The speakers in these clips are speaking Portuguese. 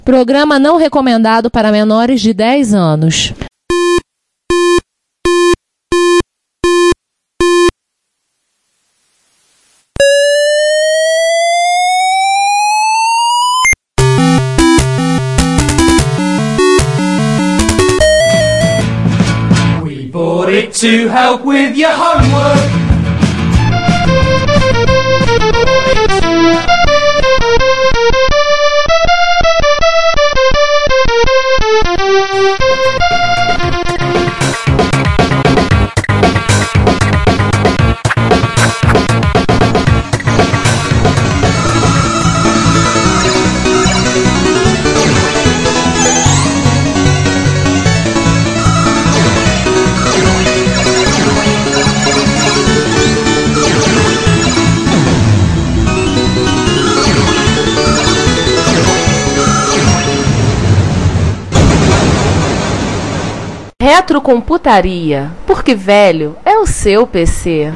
Programa não recomendado para menores de 10 anos. We bought it to help with your homework. Retrocomputaria, porque velho é o seu PC.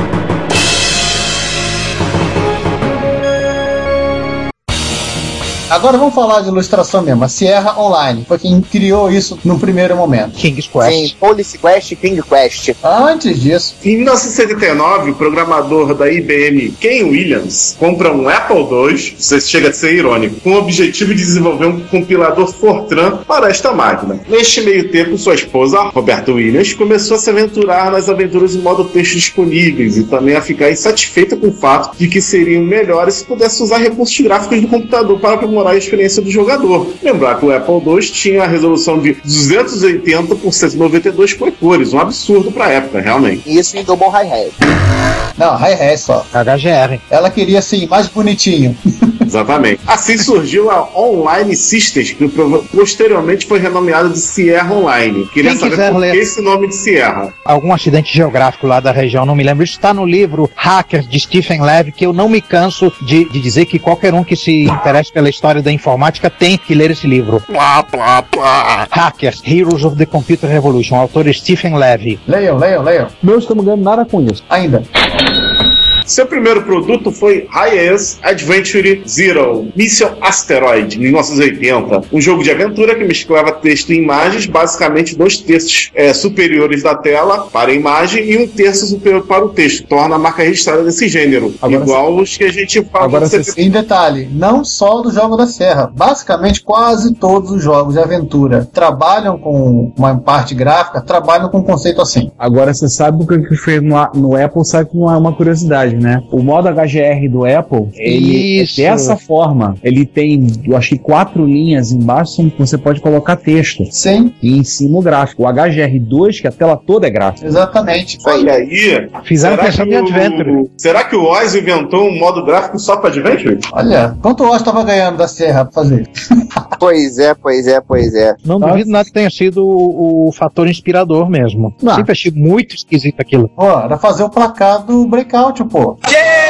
Agora vamos falar de ilustração mesmo. A Sierra Online foi quem criou isso no primeiro momento. King's Quest. Sim, Police Quest e King Quest. Antes disso, em 1979, o programador da IBM, Ken Williams, compra um Apple II, isso chega a ser irônico, com o objetivo de desenvolver um compilador Fortran para esta máquina. Neste meio tempo, sua esposa, Roberta Williams, começou a se aventurar nas aventuras em modo texto disponíveis e também a ficar insatisfeita com o fato de que seriam melhores se pudesse usar recursos gráficos do computador para aprimorar a experiência do jogador. Lembrar que o Apple II tinha a resolução de 280 por 192 por cores, um absurdo para a época, realmente. Isso em Double Hi-Hat. não, Hi-Hat só. HGR. Ela queria assim, mais bonitinho. Exatamente. Assim surgiu a Online Systems, que posteriormente foi renomeada de Sierra Online. Queria Quem saber quiser por ler que esse nome de Sierra. algum acidente geográfico lá da região, não me lembro. Isso está no livro Hackers, de Stephen Levy, que eu não me canso de dizer que qualquer um que se interesse pela história da informática tem que ler esse livro. Hackers, Heroes of the Computer Revolution, autor Stephen Levy. Leiam. Não estamos ganhando nada com isso. Ainda. Seu primeiro produto foi Hi-Ace Adventure Zero Mission Asteroid, em 1980. Um jogo de aventura que mesclava texto e imagens, basicamente 2 terços superiores da tela para a imagem e 1 terço superior para o texto. Torna a marca registrada desse gênero, Agora igual os que a gente fala. Agora Em detalhe, não só do Jogo da Serra. Basicamente, quase todos os jogos de aventura trabalham com uma parte gráfica, trabalham com um conceito assim. Agora você sabe o que fez no Apple, sabe que não é uma curiosidade, né? O modo HGR do Apple, ele Isso. é dessa forma. Ele tem, eu acho que 4 linhas embaixo, você pode colocar texto. Sim, E em cima o gráfico. O HGR2, que a tela toda é gráfica. exatamente. Olha aí, Fizeram pensando em Adventure. será que o Oz inventou um modo gráfico só para Adventure? Olha, quanto o Oz estava ganhando da Serra pra fazer? Pois é. Não duvido nada que tenha sido o fator inspirador mesmo. Não. Sempre achei muito esquisito aquilo. Pô, era fazer o placar do Breakout, pô.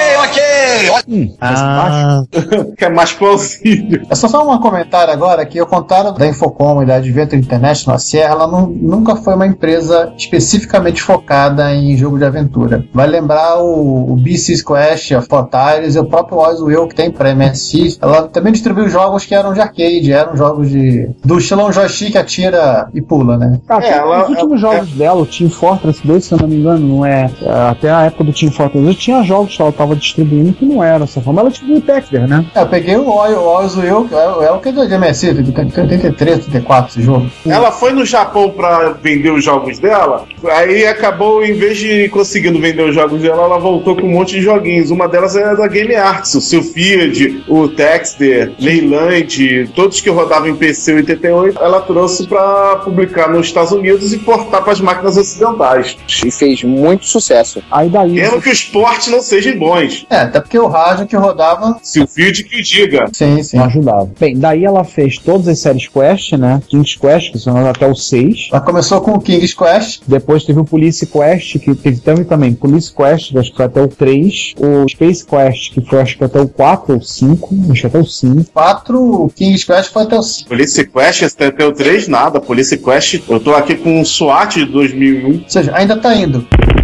Que é mais plausível. É só um comentário agora que eu contaram da Infocom e da Adventure International, a Sierra, ela nunca foi uma empresa especificamente focada em jogo de aventura. Vai lembrar o BC's Quest, a Fortires e o próprio Oswell que tem para MSX. Ela também distribuiu jogos que eram de arcade, eram jogos do estilo joystick, atira e pula, né? Os últimos jogos dela, o Team Fortress 2, se eu não me engano, não é. Até a época do Team Fortress 2, tinha jogos que ela estava distribuindo que não era dessa forma. Ela tipo o Texter, né? Eu peguei o Oswell, é o que é do MSX, tem 83, 84 esse jogo. Ela foi no Japão pra vender os jogos dela, aí acabou, em vez de conseguindo vender os jogos dela, ela voltou com um monte de joguinhos. Uma delas é da Game Arts, o Sylphiad, o Texter, Leyland, todos que rodavam em PC 88, ela trouxe pra publicar nos Estados Unidos e portar para as máquinas ocidentais. E fez muito sucesso. Aí daí. Mesmo que os portes não sejam bons. Até porque o rádio que rodava. Sylphiad que diga. Sim. Não ajudava. Bem, daí ela fez todas as séries Quest, né? King's Quest, que são até o 6. Ela começou com o King's Quest. Depois teve o Police Quest, que teve também Police Quest, que acho que foi até o 3. O Space Quest, que foi acho que até o 4 ou 5. Acho que até o 5. 4, o King's Quest foi até o 5. Police Quest, até o 3, nada. Police Quest, eu tô aqui com o SWAT de 2001. Ou seja, ainda tá indo.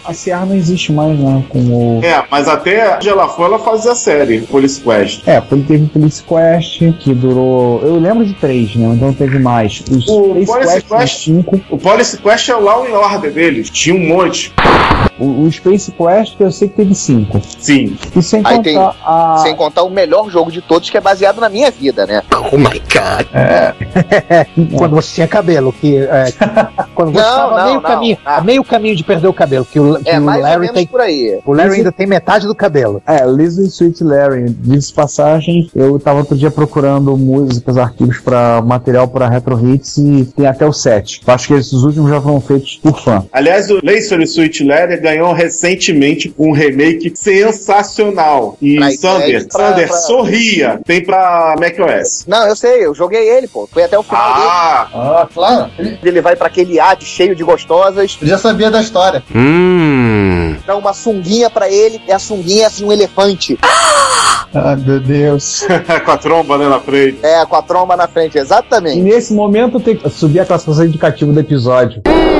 A Sierra não existe mais, né? Com o... Mas até onde ela foi, ela fazia a série Police Quest. Teve Police Quest, que durou... Eu lembro de 3, né? Então teve mais. O Police Quest é o Law and Order deles. Tinha um monte. O Space Quest, eu sei que teve 5. Sim. E sem contar sem contar o melhor jogo de todos, que é baseado na minha vida, né? Oh my God. Quando você tinha cabelo, quando você estava meio caminho de perder o cabelo, que o mais Larry ou menos tem por aí. O Larry ainda tem metade do cabelo. Lizzie Sweet Larry. Diz passagem, eu tava outro dia procurando músicas, arquivos para material para Retro Hits e tem até o 7. Acho que esses últimos já foram feitos por fã. Aliás, o Laser Sweet Larry ganhou recentemente um remake sensacional. E Sander sorria. Tem pra macOS. Não, eu sei, eu joguei ele, pô. Foi até o final dele. Claro. Ele vai pra aquele ad cheio de gostosas. Eu já sabia da história. Dá uma sunguinha pra ele, e a sunguinha é assim um elefante. Ah, meu Deus. Com a tromba, né, na frente. Com a tromba na frente, exatamente. E nesse momento eu tenho que subir a classificação indicativa do episódio.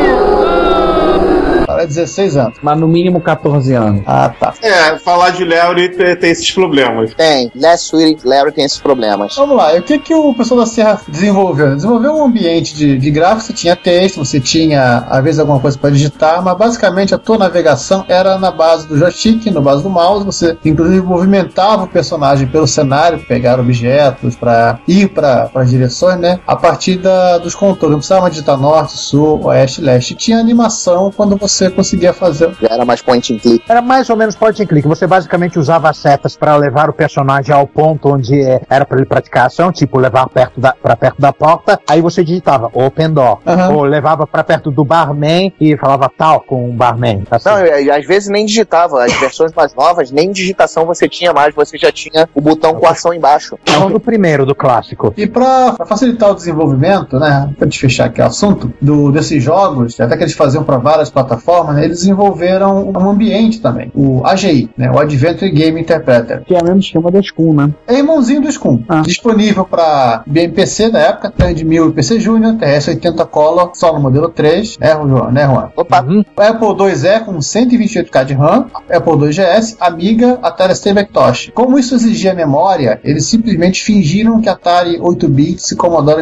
Para 16 anos. Mas no mínimo 14 anos. Ah, tá. Falar de Larry tem esses problemas. Tem. Last Sweet Larry tem esses problemas. Vamos lá. E o que o pessoal da Sierra desenvolveu? Desenvolveu um ambiente de gráfico, você tinha texto, você tinha, às vezes, alguma coisa para digitar, mas basicamente a tua navegação era na base do joystick, na base do mouse. Você, inclusive, movimentava o personagem pelo cenário, pegar objetos para ir para as direções, né? A partir dos controles. Não precisava digitar norte, sul, oeste, leste. Tinha animação quando você conseguia fazer. Já era mais point and click. Era mais ou menos point and click. Você basicamente usava as setas para levar o personagem ao ponto onde era para ele praticar a ação, tipo levar para perto da porta, aí você digitava open door, ou levava para perto do barman e falava tal com o barman. Assim. Não, e às vezes nem digitava. As versões mais novas, nem digitação você tinha mais, você já tinha o botão com ação embaixo. Então, do primeiro, do clássico. E para facilitar o desenvolvimento, né, pra gente fechar aqui o assunto, desses jogos, até que eles faziam para várias plataformas, né, eles desenvolveram um ambiente também, o AGI, né, o Adventure Game Interpreter. Que é o mesmo esquema da Scum, né? É irmãozinho do Scum. Disponível para BMPC da época, TAND-1000 e PC Junior, TRS-80 Color, só no modelo 3, né, Juan? Opa! O Apple IIe com 128K de RAM, Apple II GS, Amiga, Atari ST Macintosh. Como isso exigia memória, eles simplesmente fingiram que Atari 8-bits e Commodore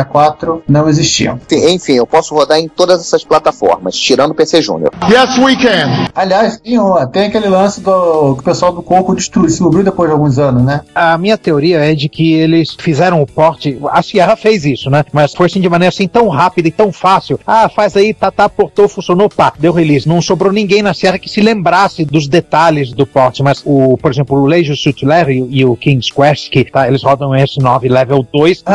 64 não existiam. Enfim, eu posso rodar em todas essas plataformas, tirando o PC Junior. Yes, we can. Aliás, tem aquele lance que o pessoal do Coco descobriu depois de alguns anos, né? A minha teoria é de que eles fizeram o porte, a Sierra fez isso, né? Mas foi assim de maneira assim tão rápida e tão fácil. Faz aí, portou, funcionou, pá, deu release. Não sobrou ninguém na Sierra que se lembrasse dos detalhes do porte, mas por exemplo, o Leisure Suit Larry e o King's Quest, que eles rodam S9 Level 2,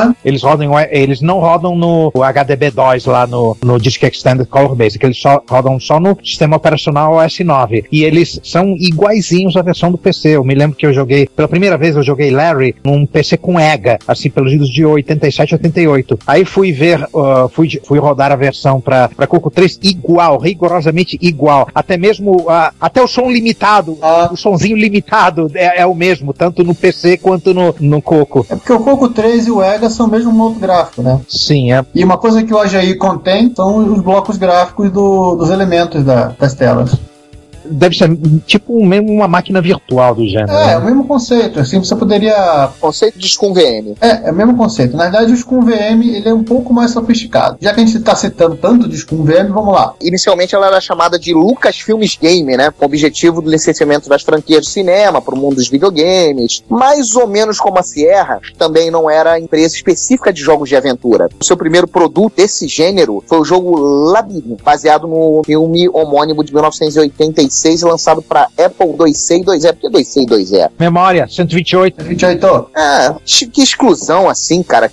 eles não rodam no HDB2 lá no Disk Extended Color Basic, eles rodam só no sistema operacional S9. E eles são iguaizinhos à versão do PC. Eu me lembro que pela primeira vez eu joguei Larry num PC com EGA, assim, pelos idos de 87, 88. Aí fui ver, fui rodar a versão pra Coco 3 igual, rigorosamente igual. Até mesmo, até o som limitado, o sonzinho limitado é o mesmo, tanto no PC quanto no Coco. É porque o Coco 3 e o EGA são mesmo um modo gráfico, né? Sim, é. E uma coisa que o AGI contém são os blocos gráficos dos elementos das telas. Deve ser tipo mesmo uma máquina virtual do gênero. É o mesmo conceito. Assim, você poderia... Conceito de Scum VM. É o mesmo conceito. Na verdade, o Scum VM ele é um pouco mais sofisticado. Já que a gente está citando tanto de Scum VM, vamos lá. Inicialmente ela era chamada de Lucasfilmes Game, né? Com o objetivo do licenciamento das franquias de cinema para o mundo dos videogames. Mais ou menos como a Sierra, também não era empresa específica de jogos de aventura. O seu primeiro produto desse gênero foi o jogo Labyrinth, baseado no filme homônimo de 1986, lançado para Apple IIc e IIe. Por que IIc e IIe? Memória, 128. 128. Que exclusão assim, cara.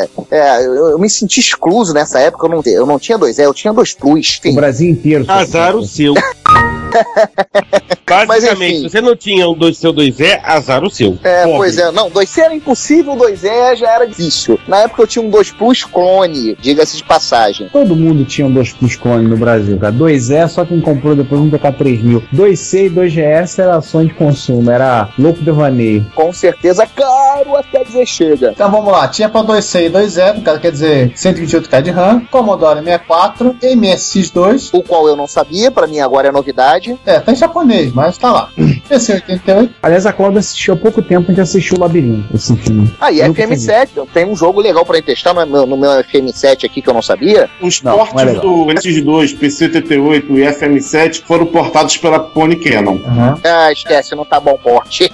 Eu me senti excluso nessa época. Eu não tinha IIe, eu tinha 2 Plus. O Brasil inteiro. Azar o seu. Basicamente, se você não tinha seu 2E, azar o seu. Pois é. Não, 2C era impossível, 2E já era difícil. Na época eu tinha um 2 Plus clone, diga-se de passagem. Todo mundo tinha um 2 Plus clone no Brasil, cara. 2E, só quem comprou depois um TK3000. 2C e 2GS era sonho de consumo, era louco devaneio. Com certeza, caro até dizer chega. Então vamos lá, tinha para 2C e 2E, no caso quer dizer 128K de RAM, Commodore 64, MSX2, o qual eu não sabia, para mim agora é novidade. verdade. Tá em japonês, mas tá lá. PC 88. Aliás, a Cláudia assistiu há pouco tempo, a gente assistiu o Labirinto, esse filme. E FM7, tem um jogo legal pra gente testar no meu FM7 aqui que eu não sabia. Os portes do S2, PC-88 e FM7 foram portados pela Pony Cannon. Esquece, não tá bom porte.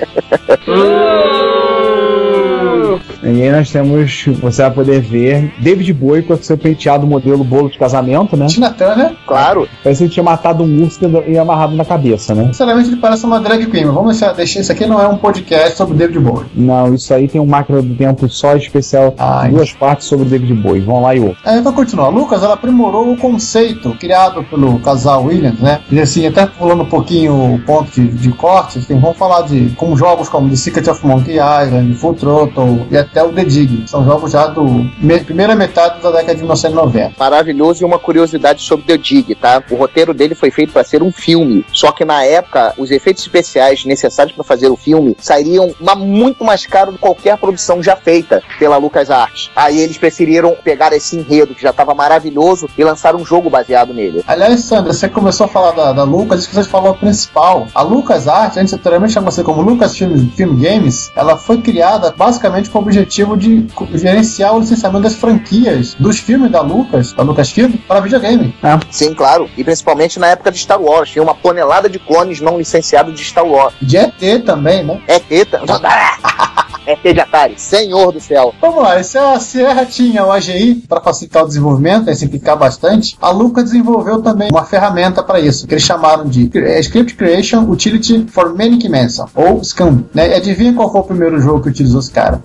E aí nós temos, você vai poder ver David Bowie com o seu penteado modelo bolo de casamento, né? Tina Turner. Claro. Parece que ele tinha matado um urso e amarrado na cabeça, né? Sinceramente, ele parece uma drag queen. Vamos deixar isso aqui não é um podcast sobre David Bowie. Não, isso aí tem um Máquina do Tempo só especial, duas partes sobre o David Bowie. Vão lá e ouçam. Então continua. A Lucas, ela aprimorou o conceito criado pelo casal Williams, né? E assim, até pulando um pouquinho o ponto de corte, assim, vamos falar de como jogos como The Secret of Monkey Island, Full Throttle e até o The Dig. São jogos já do primeira metade da década de 1990. Maravilhoso. E uma curiosidade sobre The Dig, tá? O roteiro dele foi feito para ser um filme. Só que na época, os efeitos especiais necessários para fazer o filme sairiam muito mais caro do que qualquer produção já feita pela LucasArts. Aí eles preferiram pegar esse enredo que já estava maravilhoso e lançar um jogo baseado nele. Aliás, Sandra, você começou a falar da Lucas, e você falou a principal. A LucasArts, a gente anteriormente chamou como Lucasfilm Games, ela foi criada basicamente com o objetivo de gerenciar o licenciamento das franquias dos filmes da Lucasfilm, para videogame. Sim, claro. E principalmente na época de Star Wars. Tinha uma tonelada de clones não licenciados de Star Wars. De ET também, né? ET de Atari. Senhor do céu. Vamos lá. Se a Sierra tinha o AGI para facilitar o desenvolvimento e simplificar bastante, a Lucas desenvolveu também uma ferramenta para isso, que eles chamaram de Script Creation Utility for Manic Mansion, ou SCUM, né? E adivinha qual foi o primeiro jogo que utilizou esse cara?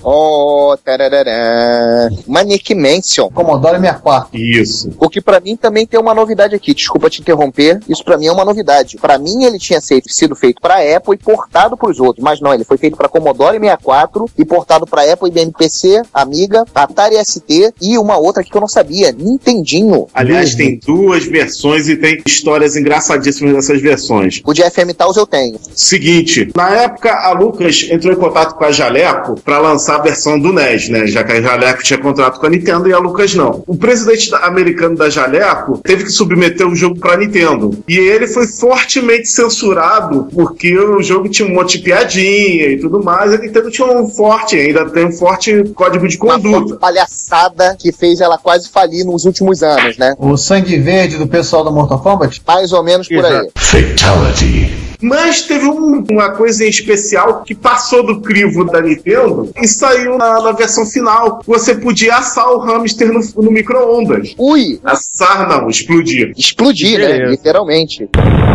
Manic Mansion. Commodore 64. Isso. O que pra mim também tem uma novidade aqui. Desculpa te interromper. Isso pra mim é uma novidade. Pra mim ele tinha sido feito pra Apple e portado pros outros. Mas não, ele foi feito pra Commodore 64 e portado pra Apple, IBM PC, Amiga, Atari ST e uma outra aqui que eu não sabia, Nintendinho. Aliás, tem duas versões e tem histórias engraçadíssimas dessas versões. O de FM Taos eu tenho. Seguinte, na época a Lucas entrou em contato com a Jaleco pra lançar a versão do NES, né? Já que a Jaleco tinha contrato com a Nintendo e a Lucas não. O presidente americano da Jaleco teve que submeter o jogo pra Nintendo. E ele foi fortemente censurado porque o jogo tinha um monte de piadinha e tudo mais. A Nintendo tinha ainda tem um forte código de conduta. Uma palhaçada que fez ela quase falir nos últimos anos, né? O sangue verde do pessoal da Mortal Kombat? Mais ou menos por aí. Fatality. Mas teve uma coisa em especial que passou do crivo da Nintendo e saiu na versão final. Você podia assar o hamster no micro-ondas. Ui! Assar não, explodir. Explodir, né? Literalmente.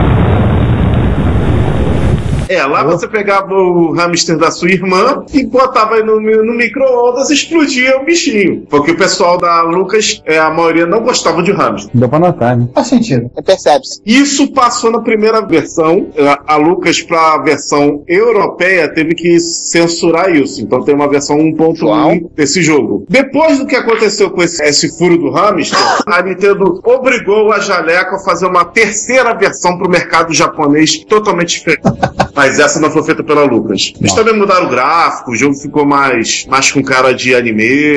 Lá você pegava o hamster da sua irmã e botava aí no micro-ondas e explodia o bichinho. Porque o pessoal da Lucas, a maioria não gostava de hamster. Deu pra notar, né? Faz sentido. Percebe-se. Isso passou na primeira versão. A Lucas, pra versão europeia, teve que censurar isso. Então tem uma versão 1.1 desse jogo. Depois do que aconteceu com esse furo do hamster, a Nintendo obrigou a Jaleco a fazer uma terceira versão pro mercado japonês totalmente diferente. Mas essa não foi feita pela Lucas. Eles também mudaram o gráfico, o jogo ficou mais com cara de anime.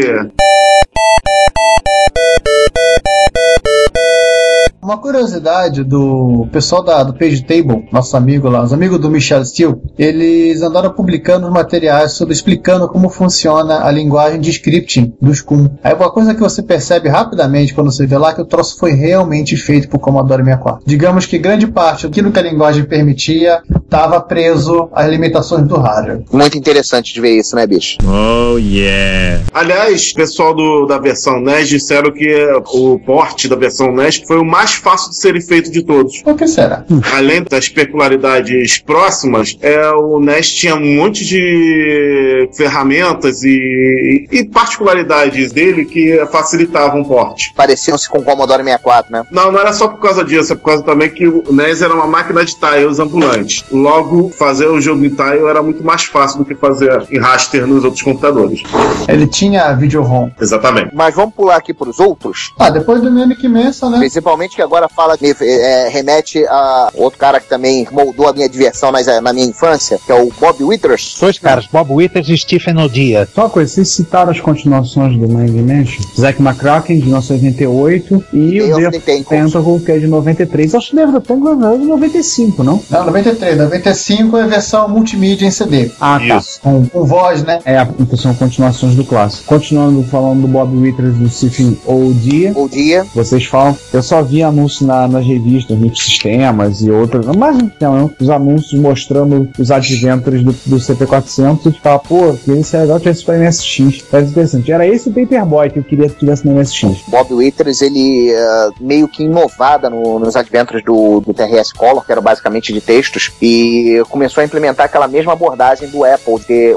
Uma curiosidade do pessoal do Page Table, nosso amigo lá, os amigos do Michel Steele, eles andaram publicando os materiais explicando como funciona a linguagem de scripting do SCUM. Aí uma coisa que você percebe rapidamente quando você vê lá que o troço foi realmente feito por Commodore 64. Digamos que grande parte daquilo que a linguagem permitia estava preso às limitações do hardware. Muito interessante de ver isso, né, bicho? Oh, yeah! Aliás, o pessoal da versão NES disseram que o port da versão NES foi o mais fácil de serem feito de todos. O que será? Além das peculiaridades próximas, o NES tinha um monte de ferramentas e particularidades dele que facilitavam o port. Pareciam-se com o Commodore 64, né? Não era só por causa disso, é por causa também que o NES era uma máquina de tiles ambulante. Logo, fazer o jogo em tile era muito mais fácil do que fazer em raster nos outros computadores. Ele tinha video ROM. Exatamente. Mas vamos pular aqui pros outros. Depois do Manic Mansion, né? Principalmente que agora fala, remete a outro cara que também moldou a minha diversão na minha infância, que é o Bob Withers. Dois caras, Bob Withers e Stephen O'Dia. Só uma coisa, vocês citaram as continuações do Mind Dimension? Zack McCracken, de 1988, e o Day of the Tentacle, que é de 93. Acho que Day of the Tentacle é de 95, não? Não, 93. 95 é a versão multimídia em CD. Ah, tá. Com voz, né? Então são continuações do clássico. Continuando falando do Bob Withers e do Stephen O'Dia. Vocês falam, eu só vi anúncio nas revistas, nos sistemas e outras, mas não, os anúncios mostrando os adventures do CP400 e ficava, pô, queria ser legal tivesse para MSX. Parece interessante. Era esse o Paperboy que eu queria que tivesse no MSX. Bob Withers, ele meio que inovada nos adventures do TRS Color, que era basicamente de textos, e começou a implementar aquela mesma abordagem do Apple, de ter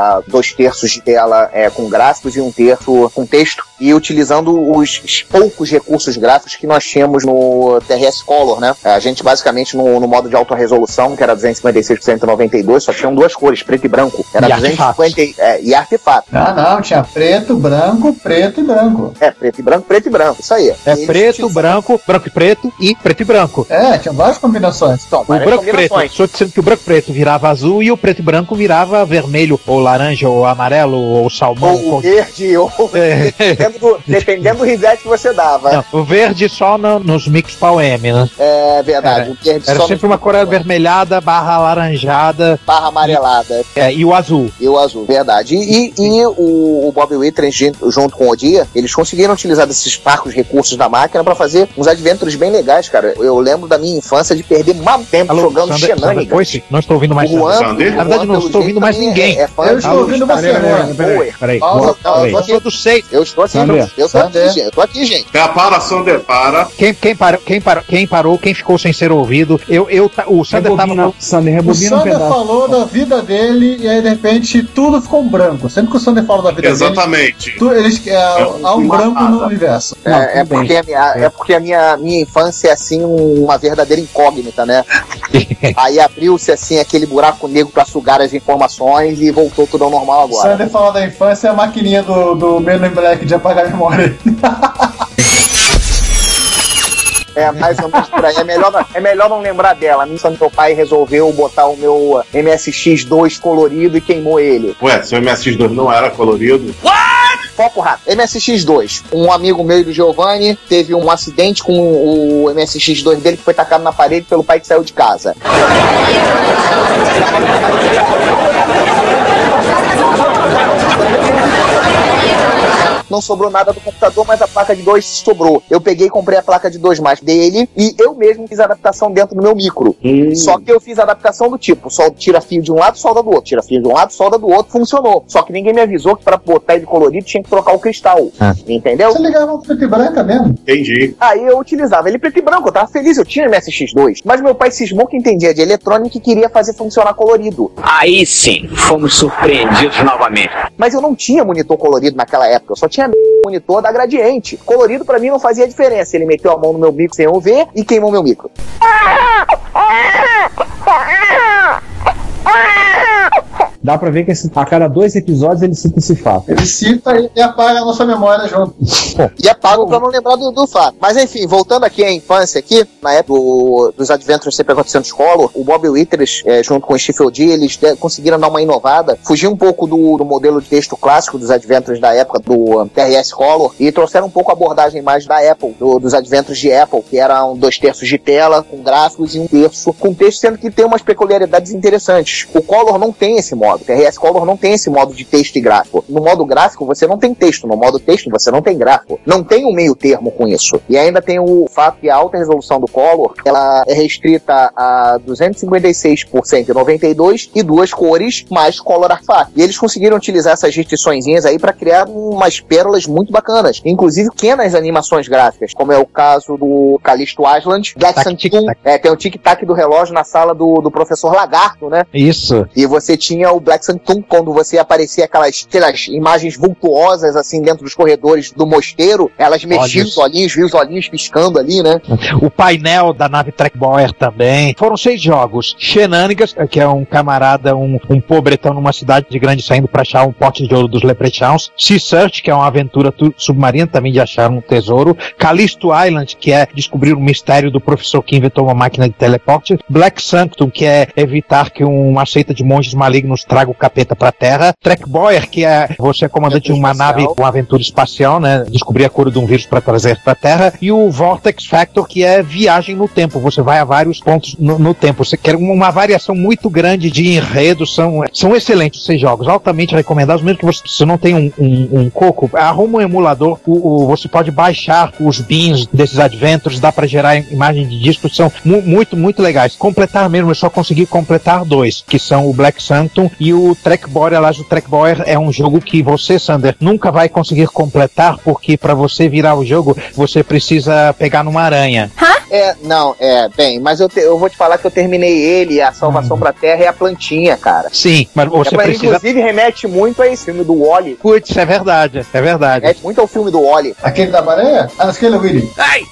2/3 de tela com gráficos e 1/3 com texto, e utilizando os poucos recursos gráficos que nós tínhamos no TRS Color, né? A gente basicamente no modo de alta resolução, que era 256 por 192, só tinham duas cores, preto e branco. Era 250 e artefato. Não, tinha preto, branco, preto e branco. Preto e branco, isso aí. Preto, branco, branco e preto e preto e branco. Tinha várias combinações. Então, o branco e preto, estou dizendo que o branco e preto virava azul e o preto e branco virava vermelho, ou laranja, ou amarelo, ou salmão. Ou verde, ou dependendo do reset que você dava. Não, o verde só nos Mix Pau-M, né? É verdade. O verde era só sempre uma cor avermelhada, barra alaranjada. Barra amarelada. E o azul. Verdade. E o Bob Withers, junto com o O'Dia, eles conseguiram utilizar desses parcos recursos da máquina pra fazer uns adventures bem legais, cara. Eu lembro da minha infância de perder muito tempo jogando Shenanigans. Não estou ouvindo mais Sander. Na verdade, não estou ouvindo mais ninguém. Eu estou ouvindo você, né? Peraí. Eu sou do 6. Eu estou aqui, eu tô aqui, gente. Para, Sander, para. Quem parou, quem ficou sem ser ouvido. O Sander tava... Sander falou da vida dele e aí, de repente, tudo ficou branco. Sempre que o Sander fala da vida dele... Exatamente. Há um branco no universo. Porque a minha infância é, assim, uma verdadeira incógnita, né? Aí abriu-se, assim, aquele buraco negro pra sugar as informações e voltou tudo ao normal agora. Sander fala da infância é a maquininha do Men in Black de apagar a memória. Mais ou menos por aí. É melhor não lembrar dela. A minha meu pai resolveu botar o meu MSX2 colorido e queimou ele. Ué, seu MSX2 não era colorido? Foco rápido. MSX2. Um amigo meu do Giovanni teve um acidente com o MSX2 dele que foi tacado na parede pelo pai que saiu de casa. Não sobrou nada do computador, mas a placa de 2 sobrou. Eu peguei e comprei a placa de 2 mais dele e eu mesmo fiz a adaptação dentro do meu micro. Só que eu fiz a adaptação do tipo, só tira fio de um lado, solda do outro. Tira fio de um lado, solda do outro. Funcionou. Só que ninguém me avisou que para botar ele colorido tinha que trocar o cristal. Entendeu? Você ligava preto e branco mesmo? Entendi. Aí eu utilizava ele preto e branco. Eu tava feliz, eu tinha MSX2. Mas meu pai cismou que entendia de eletrônica e queria fazer funcionar colorido. Aí sim, fomos surpreendidos novamente. Mas eu não tinha monitor colorido naquela época. Eu só tinha monitor da Gradiente. Colorido pra mim não fazia diferença. Ele meteu a mão no meu micro sem eu ver e queimou meu micro. Dá pra ver que a cada 2 episódios ele cita esse fato. Ele cita e apaga a nossa memória junto. E apaga pra não lembrar do fato. Mas enfim, voltando aqui à infância aqui, na época dos Adventures CP400 Color, o Bob Withers, junto com o Stephen O'Dia, eles conseguiram dar uma inovada, fugir um pouco do modelo de texto clássico dos Adventures da época do TRS Color e trouxeram um pouco a abordagem mais da Apple, dos Adventures de Apple, que eram 2/3 de tela, com gráficos e 1/3 com texto, sendo que tem umas peculiaridades interessantes. O Color não tem esse modo. O TRS Color não tem esse modo de texto e gráfico. No modo gráfico você não tem texto, no modo texto você não tem gráfico. Não tem um meio termo com isso. E ainda tem o fato que a alta resolução do Color, ela é restrita a 256 por 192 e 2 cores mais Color Artifact. E eles conseguiram utilizar essas restriçõezinhas aí para criar umas pérolas muito bacanas. Inclusive pequenas animações gráficas, como é o caso do Callisto Island, Black Sun, tem o tic-tac do relógio na sala do professor Lagarto, né? Isso. E você tinha o Black Sanctum, quando você aparecia aquelas imagens vultuosas, assim, dentro dos corredores do mosteiro, elas mexiam os olhinhos, viu os olhinhos piscando ali, né? O painel da nave Trackboyer também. Foram 6 jogos. Shenanigans, que é um camarada, um pobretão numa cidade grande saindo pra achar um pote de ouro dos Leprechauns. Sea Search, que é uma aventura submarina também de achar um tesouro. Callisto Island, que é descobrir o mistério do professor que inventou uma máquina de teleporte. Black Sanctum, que é evitar que uma seita de monges malignos traga o capeta pra Terra. Trackboyer, que é você é comandante de uma nave, uma aventura espacial, né? Descobrir a cura de um vírus pra trazer pra Terra. E o Vortex Factor, que é viagem no tempo. Você vai a vários pontos no tempo. Você quer uma variação muito grande de enredo. São excelentes esses jogos, altamente recomendados. Mesmo que você não tenha um coco, arruma um emulador, você pode baixar os bins desses adventures, dá pra gerar imagem de discos, são muito legais. Completar mesmo, eu só consegui completar 2, que são o Black Sanctum e o Trackboyer. Aliás, o Trackboyer é um jogo que você, Sander, nunca vai conseguir completar, porque pra você virar o jogo, você precisa pegar numa aranha. Bem, mas eu vou te falar que eu terminei ele, a salvação pra Terra é a plantinha, cara. Sim, mas você precisa... Inclusive remete muito a esse filme do Wall-E. Putz, é verdade. Remete muito ao filme do Wall-E. Aquele da baleia? Aquele é o Willy.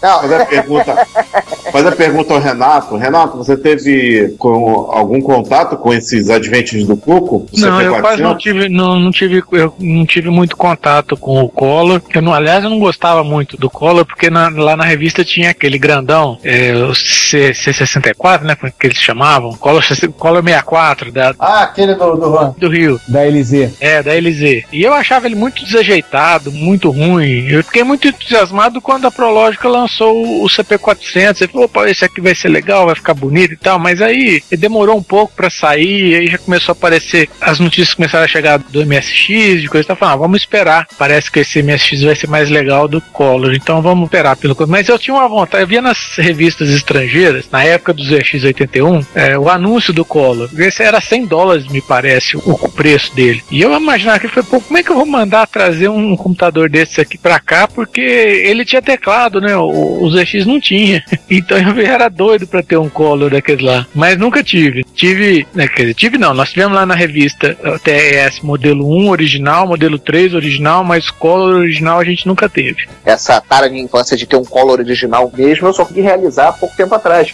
Faz a pergunta ao Renato. Renato, você teve algum contato com esses adventures do Cuco? Não, eu quase não tive muito contato com o Collor. Aliás, eu não gostava muito do Collor, porque lá na revista tinha aquele grandão, o C64, né, que eles chamavam, Collor 64, aquele do Rio. Da LZ. Da LZ. E eu achava ele muito desajeitado, muito ruim. Eu fiquei muito entusiasmado quando a Prológica lançou o CP400. Ele falou, opa, esse aqui vai ser legal, vai ficar bonito e tal, mas aí demorou um pouco pra sair, aí já começou a aparecer, as notícias começaram a chegar do MSX, de coisa, tá falando, vamos esperar, parece que esse MSX vai ser mais legal do Collor, então vamos esperar pelo... Mas eu tinha uma vontade, eu via nas revistas estrangeiras, na época do ZX81, o anúncio do Collor, esse era $100, me parece, o preço dele, e eu imaginava que foi, como é que eu vou mandar trazer um computador desse aqui pra cá, porque ele tinha teclado, né, o ZX não tinha, então eu era doido pra ter um Collor daquele lá, mas nunca tive, nós tivemos lá na revista o TES modelo 1 original, modelo 3 original, mas Collor original a gente nunca teve. Essa tara de infância de ter um Collor original mesmo, eu só consegui realizar há pouco tempo atrás.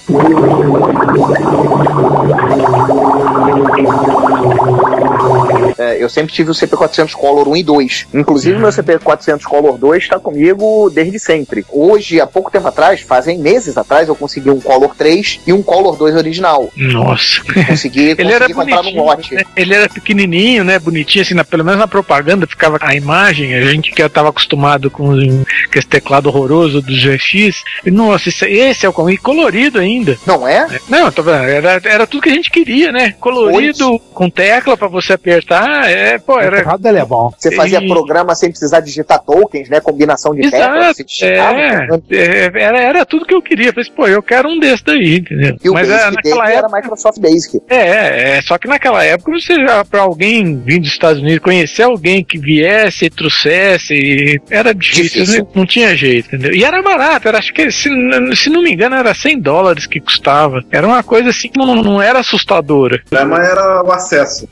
Eu sempre tive o CP400 Collor 1 e 2. Inclusive, meu CP400 Collor 2 está comigo desde sempre. Hoje, há pouco tempo atrás, fazem meses atrás, eu consegui um Collor 3 e um Collor 2 original. Nossa. Consegui comprar no lote. Né? Ele era pequenininho, né? Bonitinho, assim, pelo menos na propaganda ficava a imagem. A gente que estava acostumado com esse teclado horroroso do GX. Nossa, esse é o comum. E colorido ainda. Não é? Não, tô vendo. Era tudo que a gente queria, né? Colorido, com tecla pra você apertar. O teclado dele é bom. Você fazia programa sem precisar digitar tokens, né? Combinação de teclas. Era tudo que eu queria. Eu falei, eu quero um desse daí, entendeu? E mas naquela época era Microsoft Basic. Só que naquela época você já, pra alguém vir dos Estados Unidos, conhecer alguém que viesse e trouxesse, era difícil. Né? Não tinha jeito, entendeu? E era barato, acho que, se não me engano, era $100 que custava. Era uma coisa assim que não era assustadora. O problema era o acesso.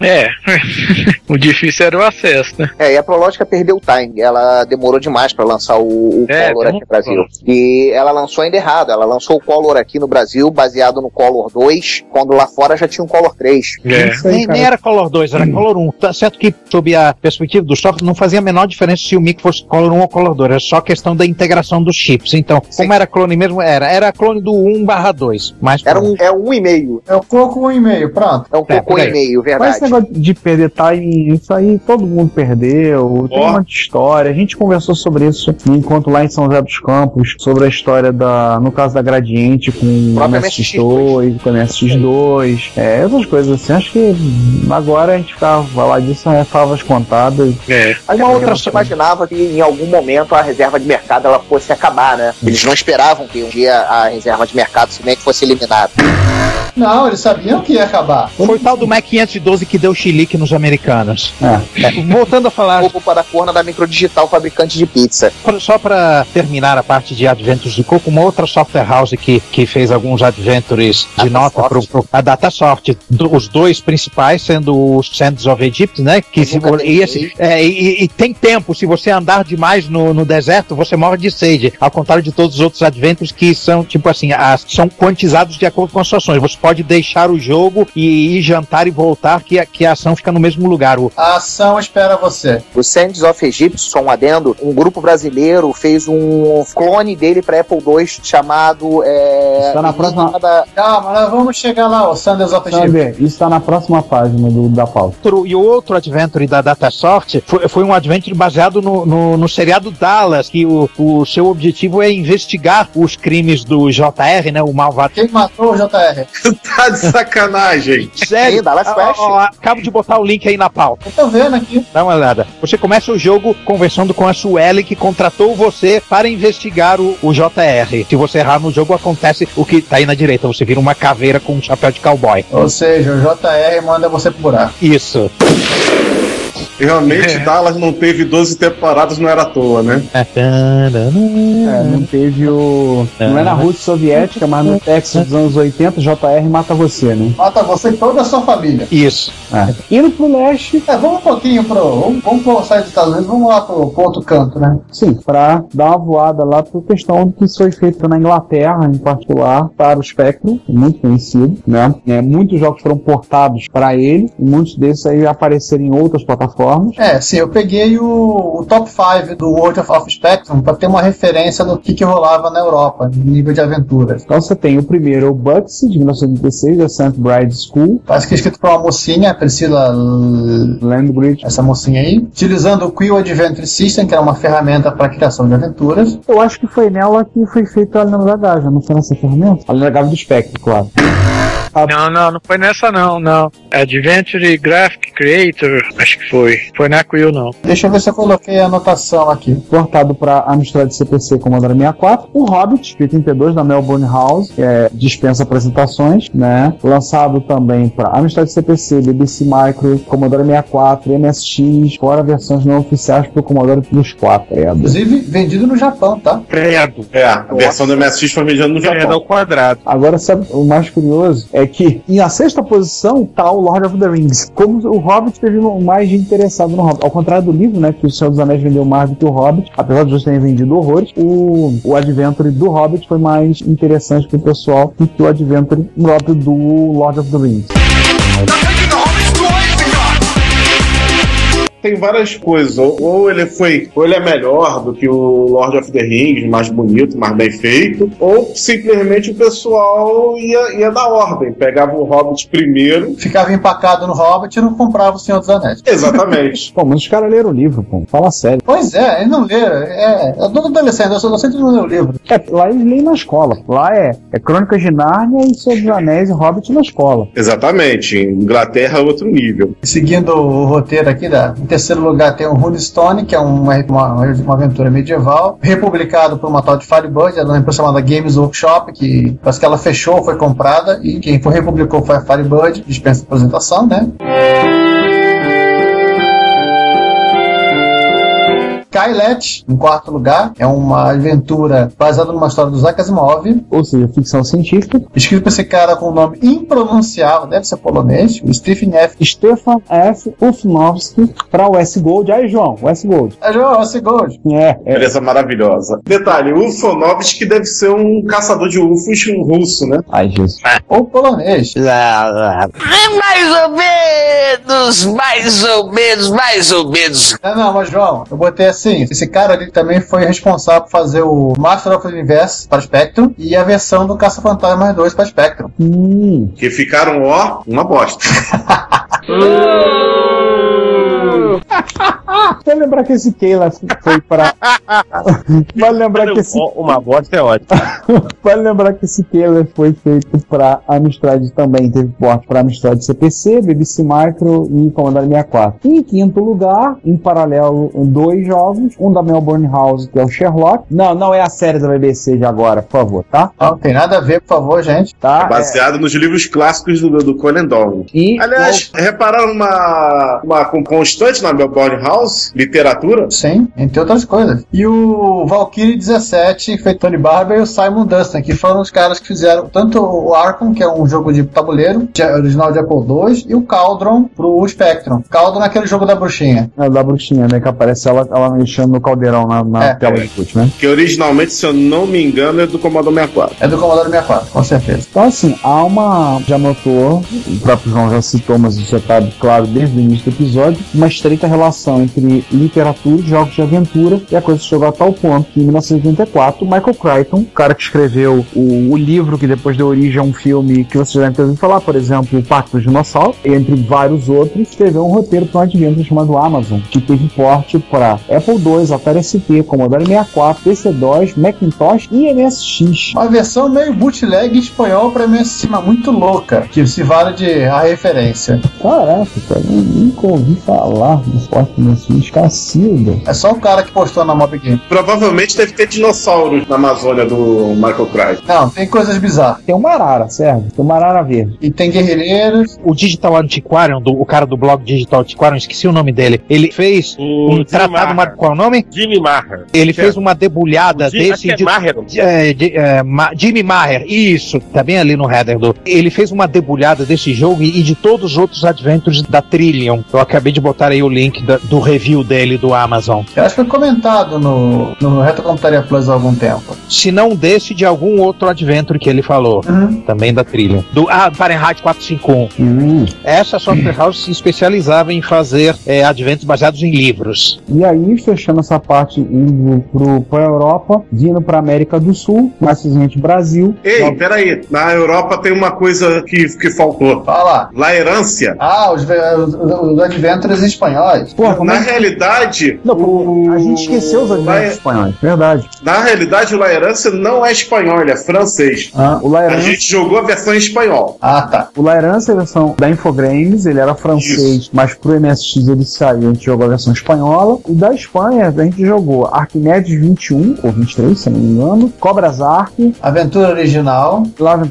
O difícil era o acesso, né? E a Prológica perdeu o time. Ela demorou demais pra lançar o Collor aqui no Brasil. E ela lançou ainda errado. Ela lançou o Collor aqui no Brasil, baseado no Collor 2, quando lá fora já tinha um Collor 3. Nem era Collor 2, era Collor 1. Tá certo que, sob a perspectiva do software, não fazia a menor diferença se o mic fosse Collor 1 ou Collor 2. Era só questão da integração dos chips. Então, como era clone mesmo, era clone do 1/2. Era um 1,5. É o Coco 1,5, pronto. É um Coco 1,5, verdade. Mas esse negócio de perder time, isso aí todo mundo perdeu. Tem uma história. A gente conversou sobre isso enquanto lá em São José dos Campos, sobre a história no caso da Gradiente com o MSX2, com o MSX2, essas coisas assim. Acho que agora a gente falar disso favas contadas. Uma outra imaginava que em algum momento a reserva de mercado ela fosse acabar, né? Eles não esperavam que um dia a reserva de mercado simplesmente fosse eliminada. Não, eles sabiam que ia acabar. Foi o tal do Mac 512 que deu chilique nos americanos. Voltando a falar... Para a corna da Microdigital, fabricante de pizza. Só para terminar a parte de Adventures de Coco, uma outra software house que fez alguns Adventures de nota a Datasoft, os dois principais sendo os Sands of Egypt, né? E tem tempo, se você andar demais no deserto, você morre de sede, ao contrário de todos os outros Adventures que são, tipo assim, são quantizados de acordo com as suas ações. Você pode deixar o jogo e ir jantar e voltar, que a ação fica no mesmo lugar. A ação espera você. O Sands of Egypt, só um adendo, um grupo brasileiro fez um clone dele para Apple II chamado... Está na próxima... Calma, nós vamos chegar lá, o Sands of Egypt. Isso está na próxima página da pauta. E o outro Adventure da Datasoft foi um Adventure baseado no seriado Dallas, que o seu objetivo é investigar os crimes do JR, né, o malvado. Quem matou o JR? Tá de sacanagem. Sério? Dallas Quest. Acabo de botar o link aí na pauta. Eu tô vendo aqui. Dá uma olhada. Você começa o jogo conversando com a Sueli, que contratou você para investigar o JR. Se você errar no jogo, acontece o que tá aí na direita. Você vira uma caveira com um chapéu de cowboy. Ou seja, o JR manda você pro buraco. Isso. Realmente, Dallas não teve 12 temporadas, não era à toa, né? Não teve o... Não é na Rússia Soviética, mas no Texas dos anos 80, JR mata você, né? Mata você e toda a sua família. Isso. Indo pro leste... Vamos um pouquinho vamos sair dos Estados Unidos, vamos lá pro outro canto, né? Sim, pra dar uma voada lá por questão que isso foi feito na Inglaterra, em particular, para o Spectrum, muito conhecido, né? Muitos jogos foram portados para ele, e muitos desses aí apareceram em outras plataformas. Sim, eu peguei o top 5 do World of Spectrum para ter uma referência do que rolava na Europa, no nível de aventuras. Então você tem o primeiro, o Bugsy, de 1986, da St. Bride School. Parece que é escrito por uma mocinha, a Priscilla Landbridge, essa mocinha aí, utilizando o Quill Adventure System, que era uma ferramenta para criação de aventuras. Eu acho que foi nela que foi feita a Lenda da Gaja, não foi nessa ferramenta? A Lenda da Gaja do Spectrum, claro. Não foi nessa não. Adventure Graphic Creator, acho que foi. Foi na Quill, não. Deixa eu ver se eu coloquei a anotação aqui. Portado para Amstrad CPC Commodore 64. O Hobbit, 82, da Melbourne House, que dispensa apresentações, né? Lançado também para Amstrad CPC, BBC Micro, Commodore 64, MSX, fora versões não oficiais para o Commodore Plus 4. Inclusive, vendido no Japão, tá? A versão do MSX foi vendida no Japão. Ao quadrado. Agora, sabe, o mais curioso é que em a sexta posição tá o Lord of the Rings. Como o Hobbit teve mais gente interessado no Hobbit. Ao contrário do livro, né, que o Senhor dos Anéis vendeu mais do que o Hobbit, apesar de vocês terem vendido horrores, o Adventure do Hobbit foi mais interessante pro pessoal do que o Adventure próprio do Lord of the Rings. Tem várias coisas, ou ele é melhor do que o Lord of the Rings, mais bonito, mais bem feito, ou simplesmente o pessoal ia dar ordem, pegava o Hobbit primeiro, ficava empacado no Hobbit e não comprava o Senhor dos Anéis. Exatamente. Pô, mas os caras leram o livro, pô, fala sério. Pois é, eles não leram, eu tô adolescente, eu sou adolescente e não leio o livro. Lá eles leem na escola, lá é Crônicas de Nárnia e Senhor dos Anéis e Hobbit na escola. Exatamente, Inglaterra é outro nível. Seguindo o roteiro aqui em terceiro lugar tem o Runestone, que é uma aventura medieval, republicado por uma tal de Firebird, é uma empresa chamada Games Workshop, que parece que ela fechou, foi comprada, e quem republicou foi a Firebird, dispensa apresentação, né? Skylet, em quarto lugar, é uma aventura baseada numa história do Isaac Asimov, ou seja, ficção científica, escrito por esse cara com um nome impronunciável, deve ser polonês, o Stefan F. Ufnowski, para o S-Gold. Aí, João, o S-Gold. João, o S-Gold. Beleza maravilhosa. Detalhe, o Ufnowski deve ser um caçador de UFOs russo, né? Ai, Jesus. Ou polonês. Mais ou menos. Não, mas João, eu botei assim, esse cara ali também foi responsável por fazer o Master of the Universe para Spectrum e a versão do Caça-Fantasmas 2 para Spectrum. Que ficaram, uma bosta. Vale lembrar que esse Keila foi pra... Vale lembrar que esse... Uma bosta é ótima. Vale lembrar que esse Keila foi feito pra Amstrad também. Teve porte pra Amstrad CPC, BBC Micro e Commodore 64. E em quinto lugar, em paralelo, 2 jogos. Um da Melbourne House, que é o Sherlock. Não é a série da BBC de agora, por favor, tá? Não tem nada a ver, por favor, gente. Tá? É baseado nos livros clássicos do Conan Doyle. Aliás, repararam uma constante na Melbourne House? Literatura? Sim, entre outras coisas. E o Valkyrie 17, feito Tony Barber, e o Simon Dustin, que foram os caras que fizeram tanto o Arkham, que é um jogo de tabuleiro, original de Apple II, e o Cauldron pro Spectrum. Cauldron é aquele jogo da bruxinha. É, da bruxinha, né? Que aparece ela mexendo no caldeirão na tela de input, né? Que originalmente, se eu não me engano, é do Commodore 64. É do Commodore 64, com certeza. Então, assim, há uma... Já notou, o próprio João já citou, mas isso já tá claro desde o início do episódio, uma estreita relação entre literatura e jogos de aventura, e a coisa chegou a tal ponto que em 1984, Michael Crichton, o cara que escreveu o livro que depois deu origem a um filme que vocês já devem ter ouvido falar, por exemplo, O Pacto dos Dinossauros, e entre vários outros, escreveu um roteiro para um advento chamado Amazon, que teve porte para Apple II, Atari ST, Commodore 64, PC-DOS, Macintosh e MSX. Uma versão meio bootleg espanhol pra MSX, mas muito louca, que se vale de a referência. Caraca, cara, eu nunca ouvi falar do porte MSX, Cacilda. É só o cara que postou na Mob Game. Provavelmente deve ter dinossauros na Amazônia do Michael Crichton. Não, tem coisas bizarras. Tem uma arara, certo? Tem uma arara verde. E tem guerreiros. O Digital Antiquarian, o cara do blog Digital Antiquarian, esqueci o nome dele. Ele fez um tratado... Qual é o nome? Jimmy Maher. Ele fez uma debulhada desse... Jimmy Maher, isso. Tá bem ali no header do... Ele fez uma debulhada desse jogo e de todos os outros adventures da Trillium. Eu acabei de botar aí o link do review dele do Amazon. Eu acho que foi comentado no Retrocomputaria Plus há algum tempo. Se não desse, de algum outro adventure que ele falou. Também da Trillium. Do Fahrenheit 451. Essa software house se especializava em fazer adventures baseados em livros. E aí, fechando essa parte, indo pra Europa, vindo pra América do Sul, mais precisamente Brasil. Ei, peraí. Na Europa tem uma coisa que faltou. Fala. Laerância. Os adventures espanhóis. Porra, na realidade... Não, a gente esqueceu os adventures espanhóis. Verdade. Na realidade, o Laerância não é espanhol, ele é francês. O Laerância... A gente jogou a versão em espanhol. Tá. O Laerância é a versão da Infogrames, ele era francês, mas pro MSX ele saiu, a gente jogou a versão espanhola. E da Espanha, a gente jogou Arquimedes 21, ou 23, se não me engano, Cobras Ark, Aventura Original,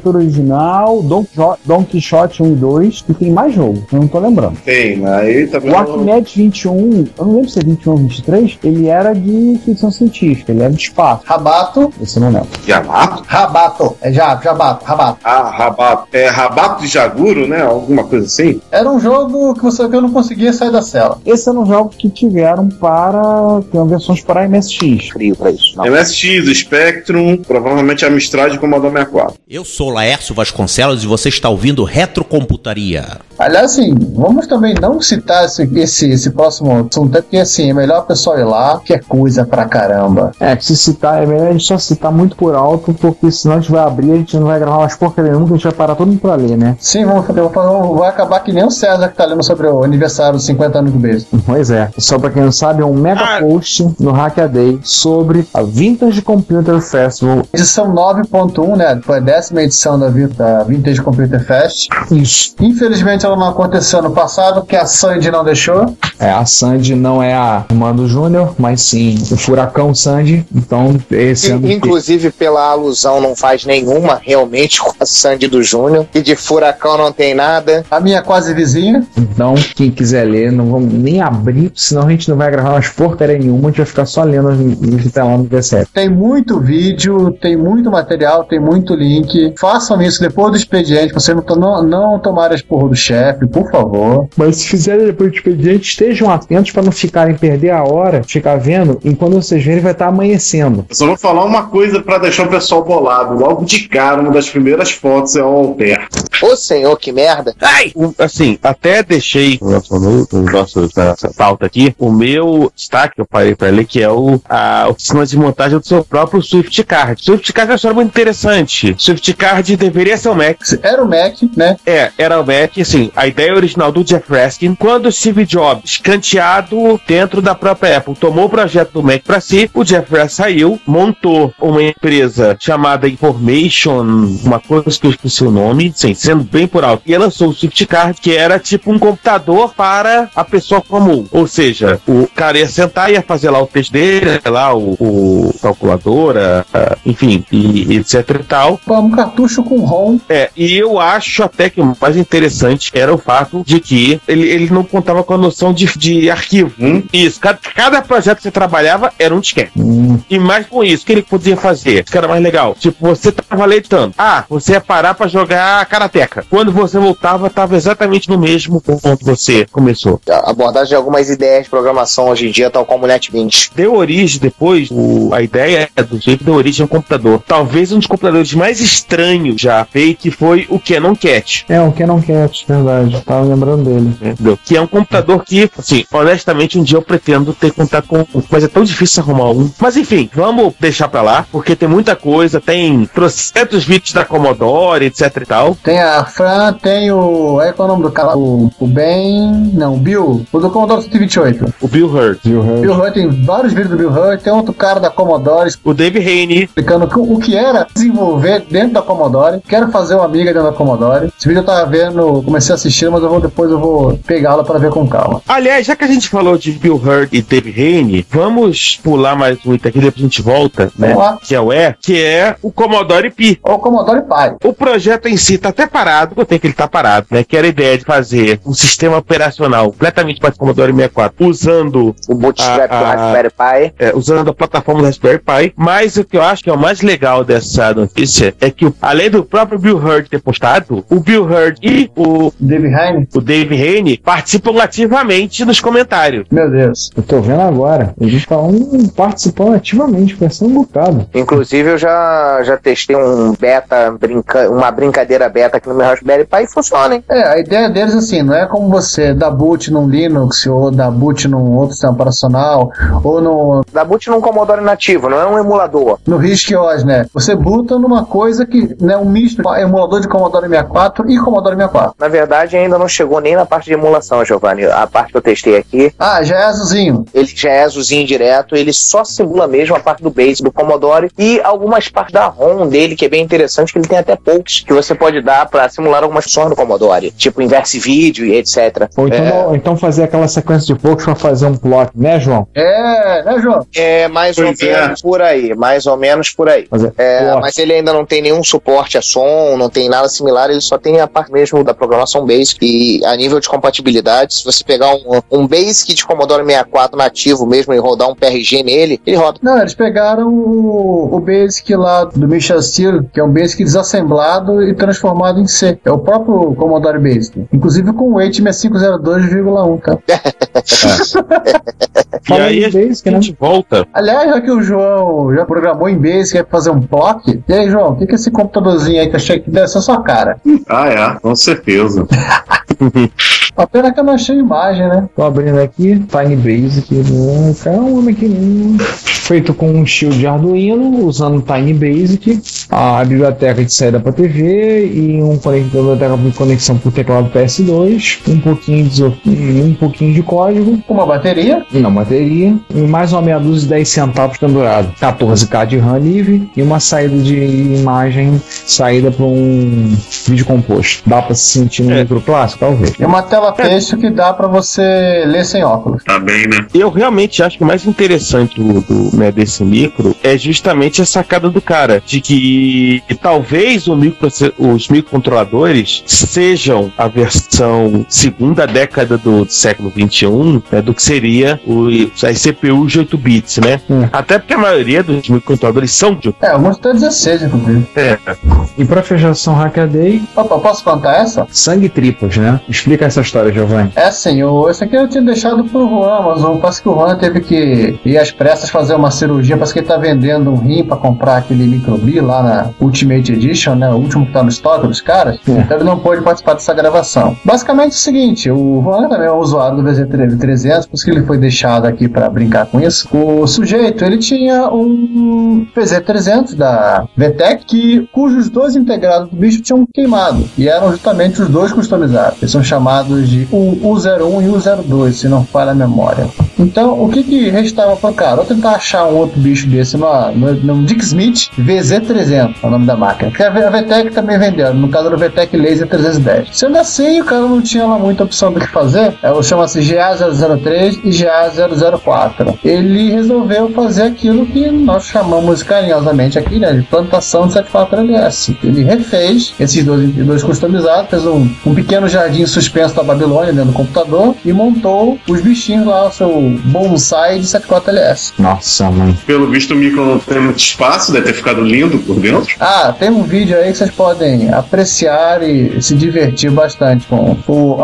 Don Quixote 1 e 2, e tem mais jogo, eu não tô lembrando. Tem, aí também. O Arquimedes 21, eu não lembro se é 21 ou 23, ele era de ficção científica, ele era de espaço. Rabato. Esse eu não lembro. Jabato? Rabato. Jabato. Rabato. É Rabato de Jaguro, né? Alguma coisa assim? Era um jogo que eu não conseguia sair da cela. Esse era um jogo que tiveram tem versões para MSX. Frio pra isso. Não. MSX, Spectrum, provavelmente Amstrad e Commodore 64. Eu sou Laércio Vasconcelos e você está ouvindo Retrocomputaria. Aliás, assim, vamos também não citar esse próximo assunto, porque assim, é melhor o pessoal ir lá, que é coisa pra caramba. Se citar, é melhor a gente só citar muito por alto, porque senão a gente vai abrir, a gente não vai gravar umas porcarias nenhuma, que a gente vai parar todo mundo pra ler, né? Sim, vai acabar que nem o César que tá lendo sobre o aniversário dos 50 anos do beijo. Pois é. Só pra quem não sabe, é um mega post no Hackaday sobre a Vintage Computer Festival. Edição 9.1, né? Foi a 10ª edição da Vintage Computer Fest. Isso. Infelizmente ela não aconteceu no passado, porque a Sandy não deixou. A Sandy não é a irmã do Júnior, mas sim o Furacão Sandy. Então, esse ano... Inclusive, pela alusão, não faz nenhuma realmente com a Sandy do Júnior. E de Furacão não tem nada. A minha quase vizinha. Então, quem quiser ler, não vamos nem abrir, senão a gente não vai gravar umas porcaria nenhuma, a gente vai ficar só lendo o que tá lá no V7. Tem muito vídeo, tem muito material, tem muito link. Façam isso depois do expediente, pra você não tomar as porra do chefe, por favor. Mas se fizerem depois do expediente, estejam atentos para não ficarem perder a hora, ficar vendo, e quando vocês verem vai estar amanhecendo. Eu só vou falar uma coisa pra deixar o pessoal bolado. Logo de cara, uma das primeiras fotos é o Alter. Ô senhor, que merda. Ai! Assim, até deixei no nosso pauta aqui o meu destaque que eu parei pra ler, que é o oficina de montagem do seu próprio Swift Card. Swift Card é uma história muito interessante. Swift Card deveria ser o Mac. Era o Mac, né? Era o Mac, assim, a ideia original do Jeff Raskin, quando o Steve Jobs, escanteado dentro da própria Apple, tomou o projeto do Mac pra si, o Jeff Raskin saiu, montou uma empresa chamada Information, uma coisa que eu esqueci o nome, sim, sendo bem por alto, e ela lançou o Swift Card, que era tipo um computador para a pessoa comum, ou seja, o cara ia sentar e ia fazer lá o texto dele, lá o calculadora, enfim, e etc e tal. Um cartucho com ROM. E eu acho até que o mais interessante era o fato de que ele não contava com a noção de arquivo. Isso, cada projeto que você trabalhava era um disquete. E mais com isso, o que ele podia fazer? Que era mais legal. Tipo, você tava editando. Você ia parar pra jogar Karateka. Quando você voltava, tava exatamente no mesmo ponto que você começou. A abordagem de algumas ideias de programação hoje em dia, tal como o NetBeans. Deu origem depois, a ideia do jeito deu origem a um computador. Talvez um dos computadores mais estranhos já feito, que foi o Canon Cat. O Canon Cat, verdade. Tava lembrando dele. Entendeu? Que é um computador que, assim, honestamente, um dia eu pretendo ter contato com, mas é tão difícil arrumar um. Mas enfim, vamos deixar pra lá, porque tem muita coisa, tem trocentos vídeos da Commodore, etc e tal. Tem a Fran, tem o... qual é o nome do cara? O Ben... Não, o Bill. O do Commodore 128. O Bill Hurt. Bill Hurt, tem vários vídeos do Bill Hurt, tem outro cara da Commodore. O Dave Haney. Explicando o que era desenvolver dentro da Commodore. Quero fazer uma amiga dentro da Commodore. Esse vídeo eu tava vendo, comecei a assistir, mas depois eu vou pegá-la para ver com calma. Aliás, já que a gente falou de Bill Hurt e Dave Haney, vamos pular mais um item aqui, depois a gente volta, né? Que é o Commodore Pi. O Commodore Pi. O projeto em si tá até parado, eu tenho que ele tá parado, né? Que era a ideia de fazer um sistema operacional completamente para o Commodore 64, usando o bootstrap do Raspberry Pi. Usando a plataforma do Raspberry Pi. Mas o que eu acho que é o mais legal dessa notícia é que, além do próprio Bill Hurt ter postado, o Bill Hurt e o Dave Haney participam ativamente nos comentários. Meu Deus. Eu tô vendo agora. Eles estão participando ativamente, pensando um bocado. Inclusive, eu já testei uma brincadeira beta aqui no meu Raspberry Pi e funciona, hein? A ideia deles, assim, não é como você dar boot num Linux ou dar boot num outro sistema operacional ou no... Dar boot num Commodore nativo, não é um emulador. No RISC-OS, né? Você boota numa coisa que, né, um misto, emulador de Commodore 64 e Commodore 64. Na verdade, ainda não chegou nem na parte de emulação, Giovanni. A parte que eu testei aqui... já é azulzinho. Ele já é azulzinho direto, ele só simula mesmo a parte do base do Commodore e algumas partes da ROM dele, que é bem interessante, que ele tem até poucos que você pode dar para simular algumas funções do Commodore, tipo inverse vídeo e etc. Ou então fazer aquela sequência de poucos para fazer um plot, né, João? Né, João? Mais ou menos por aí, mais ou menos por aí. Mas ele ainda não tem nenhum suporte a som, não tem nada similar, ele só tem a parte mesmo da programação Basic. E a nível de compatibilidade, se você pegar um Basic de Commodore 64 nativo mesmo e rodar um PRG nele, ele roda. Não, eles pegaram o Basic lá do Michel Steele, que é um Basic desassemblado e transformado em C. É o próprio Commodore Basic. Inclusive com o weight 6502,1, tá? E aí a gente volta. Aliás, já que o João já programou em Basic, quer fazer um block, e aí, João, o que é esse computadorzinho aí que eu achei que deve ser a sua cara? Com certeza. A pena que eu não achei imagem, né? Tô abrindo aqui, Tiny Basic, um homem aqui, feito com um shield de Arduino, usando Tiny Basic, a biblioteca de saída para TV e biblioteca de conexão por teclado PS2, um pouquinho de código. Uma bateria? Não, bateria. E mais uma meia dúzia de 10 centavos pendurado. 14K de RAM livre e uma saída de imagem, saída para um vídeo composto. Dá para se sentir no micro clássico, talvez. É uma tela texto que dá para você ler sem óculos. Tá bem, né? Eu realmente acho que o mais interessante desse micro é justamente a sacada do cara, de que talvez os microcontroladores sejam a versão segunda década do século XXI, né, do que seria as CPUs de 8 bits, né? Até porque a maioria dos microcontroladores são de 8 alguns até 16, inclusive. E pra fechar Hackaday... Opa, posso contar essa? Sangue tripas, né? Explica essa história, Giovanni. Sim, esse aqui eu tinha deixado pro Juan, mas parece que o Juan teve que ir às pressas fazer uma cirurgia, parece que ele tá vendendo um rim pra comprar aquele microbi lá na Ultimate Edition, né? O último que tá no estoque dos caras. caras, então ele não pôde participar dessa gravação. Basicamente é o seguinte, o Juan também é um usuário do VZ300, por isso que ele foi deixado aqui para brincar com isso. O sujeito, ele tinha um VZ300 da VTech, cujos dois integrados do bicho tinham queimado, e eram justamente os dois customizados. Eles são chamados de U01 e U02, se não falha a memória. Então, o que restava para o cara? Ou tentar achar um outro bicho desse no Dick Smith VZ300, é o nome da máquina, que a VTech também vendeu, no caso era o VTech Laser 310. Sendo assim, o cara não tinha lá muita opção do que fazer, chama-se GA003 e GA004. Ele resolveu fazer aquilo que nós chamamos carinhosamente aqui, né, de plantação de 74LS. Ele refez esses dois customizados, fez um pequeno jardim suspenso da Babilônia dentro do computador e montou os bichinhos lá, o seu bonsai de 74LS. Nossa, mãe. Pelo visto o micro não tem muito espaço, deve ter ficado lindo por dentro. Tem um vídeo aí que vocês podem apreciar e se divertir bastante com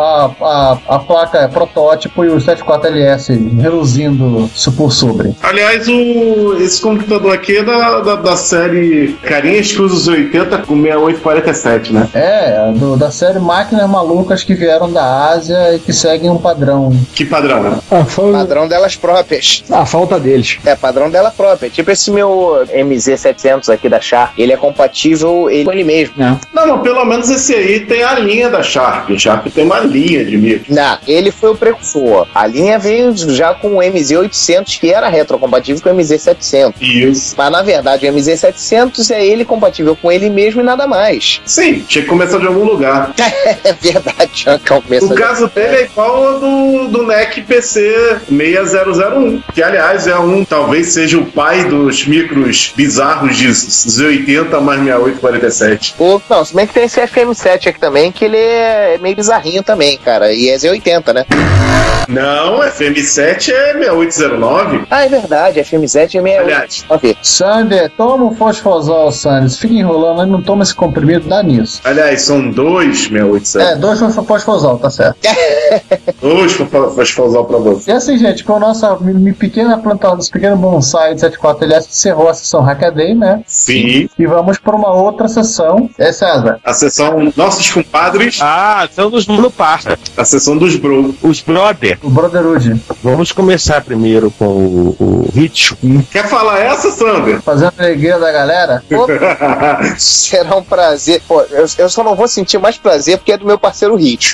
a placa protótipo e o 74LS reluzindo por sobre. Aliás, esse computador aqui é da série Carinhas que usa os 80 com 6847, né? Da série Máquinas Malucas que vieram da Ásia e que seguem um padrão. Que padrão, né? Padrão delas próprias. A falta deles. Padrão dela própria. Tipo esse meu MZ700 aqui da Sharp, ele é compatível com ele mesmo. Não, pelo menos esse aí tem a linha da Sharp. A Sharp tem uma linha de micro. Não, ele foi o precursor. A linha veio já com o MZ800, que era retrocompatível com o MZ700. Isso. Mas na verdade o MZ700 é ele compatível com ele mesmo e nada mais. Sim, tinha que começar de algum lugar. É verdade, o caso dele é igual ao do NEC PC 6001, que aliás talvez seja o pai dos micros bizarros de Z80 mais 6847. Não, se bem que tem esse FM7 aqui também, que ele é meio bizarrinho também, cara, e é Z80, né? Não, FM7 é 6809. É verdade, FM7 é 6809. Sander, toma um fosfosol, Sander. Fica enrolando, não toma esse comprimido, dá nisso. Aliás, são 2 687. 2 fosfosol, tá certo. 2 fosfosol pra você. E assim, gente, com a nossa pequena plantação, esse pequeno bonsai de 74LS, encerrou a sessão Hackaday, né? Sim. E vamos para uma outra sessão. César? A sessão Nossos Compadres. São dos Monopasta. A sessão dos Bro. Os Brother. O Brotherhood. Vamos começar primeiro com o Ritcho. Quer falar essa, Sander? Fazendo a alegria da galera? Será um prazer. Pô, eu só não vou sentir mais prazer porque é do meu parceiro Ritcho.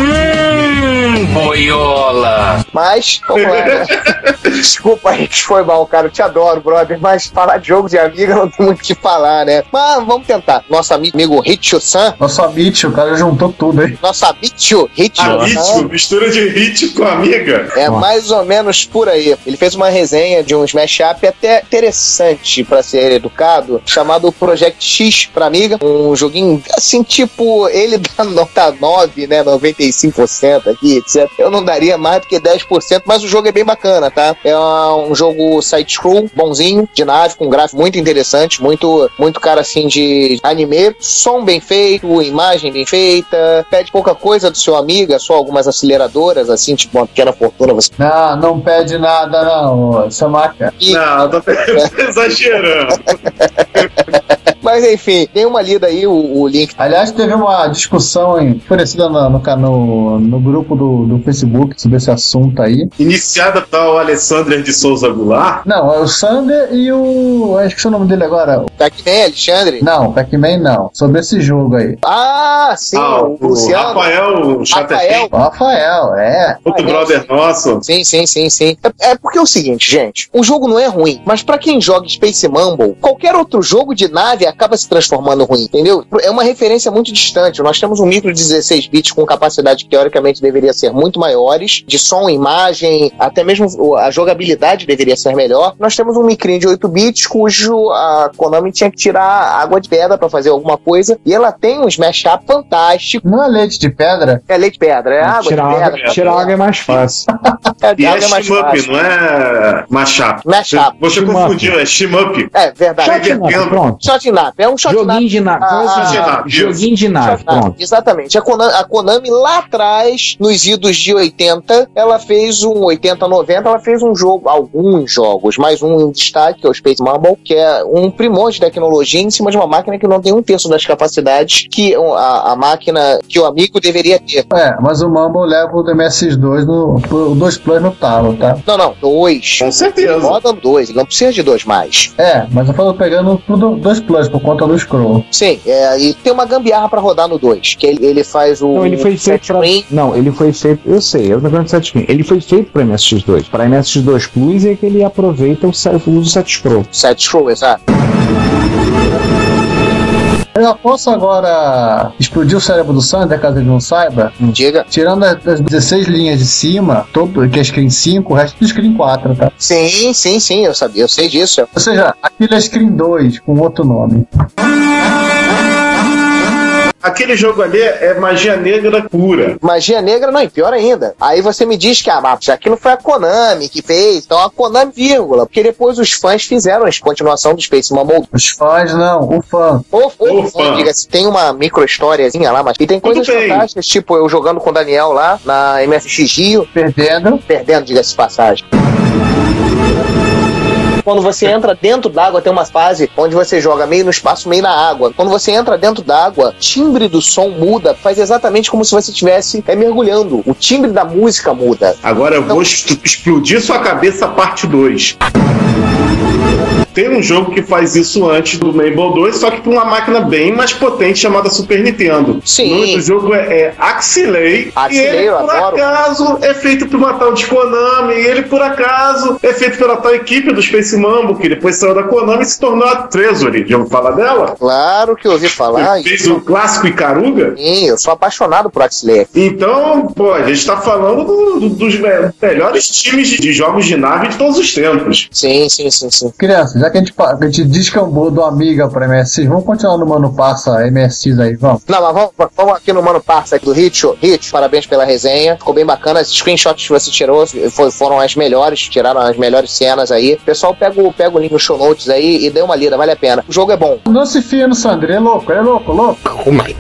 Boiola! Mas, vamos lá, né? Desculpa, Ritcho, foi mal, cara. Eu te adoro, brother. Mas falar de jogo de amiga não tem muito o que falar, né? Mas vamos tentar. Nosso amigo Ritcho-san. Nosso amigo, o cara juntou tudo aí. Nosso amigo Ritcho. Mistura de Ritcho com amiga. É mais ou menos por aí. Ele fez uma resenha de um Smash Up até interessante pra ser educado, chamado Project X pra amiga. Um joguinho assim, tipo, ele dá nota 9, né? 95% aqui, etc. Eu não daria mais do que 10%, mas o jogo é bem bacana, tá? É um jogo side-scroll, bonzinho, de nave, com um gráfico muito interessante, muito cara assim de anime, som bem feito, imagem bem feita, pede pouca coisa do seu amigo, só algumas aceleradoras, assim, tipo uma pequena fortuna. Você... Não pede nada, não, Samaka. Não, tô exagerando. Mas enfim, dê uma lida aí, o link. Aliás, teve uma discussão enfurecida no grupo do Facebook sobre esse assunto aí. Iniciada tal Alessandro de Souza Goulart? Não, é o Sander e o... acho que é o nome dele agora. Pac-Man, Alexandre? Não, Pac-Man não. Sobre esse jogo aí. Sim, o Luciano. Rafael, Outro brother nosso. Sim. É porque é o seguinte, gente. O jogo não é ruim, mas pra quem joga Space Mumble, qualquer outro jogo de nave acaba se transformando ruim, entendeu? É uma referência muito distante. Nós temos um micro de 16 bits com capacidade que teoricamente deveria ser muito maiores, de som, imagem, até mesmo a jogabilidade deveria ser melhor. Nós temos um micrinho de 8 bits cujo a Konami tinha que tirar água de pedra pra fazer alguma coisa, e ela tem um smash up fantástico. Não é leite de pedra? É leite de pedra, é água de pedra. Tirar água é mais fácil. E é shmup, não é mashup. Mashup. Você confundiu, é shmup. É verdade. Pronto. Shot in up. É um shot joguinho de nave. Joguinho de nave, pronto. Exatamente. A Konami lá atrás, nos idos de 80, ela fez 80, 90, ela fez um jogo, alguns jogos, mais um em destaque, que é o Space Marble, que é um primor de tecnologia em cima de uma máquina que não tem um terço das capacidades que a máquina que o amigo deveria ter. Mas o Mumble leva o DMS2 o 2 Plus no talo, tá? Não, 2. Com certeza. Ele roda no 2, ele não precisa de 2 mais. Mas eu falo pegando tudo 2 Plus por conta do scroll. Sim, e tem uma gambiarra pra rodar no 2, que ele faz o... Não, ele foi feito pra... Não, ele foi feito... Eu sei, eu tô falando de set ele foi feito pra MSX2. Pra MSX2 Plus é que ele aproveita o uso do 7 Pro. 7 Pro, exato. Eu posso agora explodir o cérebro do Sander, caso ele não saiba? Diga. Tirando as 16 linhas de cima, todo, que é screen 5, o resto é screen 4, tá? Sim, eu sei disso. Ou seja, aquilo é screen 2, com outro nome. Aquele jogo ali é magia negra pura. Magia negra não, e pior ainda. Aí você me diz que aquilo foi a Konami que fez, então a Konami, vírgula, porque depois os fãs fizeram a continuação do Space Mumble. Os fãs não, o fã. O fã, diga-se, tem uma micro historiazinha lá, mas e tem coisas fantásticas, tipo eu jogando com o Daniel lá na MSX Rio. Perdendo, diga-se de passagem. Quando você entra dentro d'água, tem uma fase onde você joga meio no espaço, meio na água. Quando você entra dentro d'água, o timbre do som muda, faz exatamente como se você estivesse mergulhando. O timbre da música muda. Agora eu vou explodir sua cabeça, parte 2. Tem um jogo que faz isso antes do Mumble 2, só que com uma máquina bem mais potente chamada Super Nintendo. Sim. O nome do jogo é Axelay. E ele, por acaso, é feito por uma tal de Konami. E ele, por acaso, é feito pela tal equipe do Space Mumble, que depois saiu da Konami e se tornou a Treasury. Já ouviu falar dela? Claro que eu ouvi falar. Fez o clássico Ikaruga? Sim, eu sou apaixonado por Axelay. Então, a gente tá falando dos melhores times de jogos de nave de todos os tempos. Sim. Crianças, já que a gente descambou do Amiga pra MSX, vamos continuar no Mano Passa MSX aí, vamos? Não, mas vamos aqui no Mano Passa aqui do Hit, parabéns pela resenha, ficou bem bacana, as screenshots que você tirou foram as melhores, tiraram as melhores cenas aí. Pessoal, pega o link no show notes aí e dê uma lida, vale a pena. O jogo é bom. Não se fia no Sandro, é louco. Oh my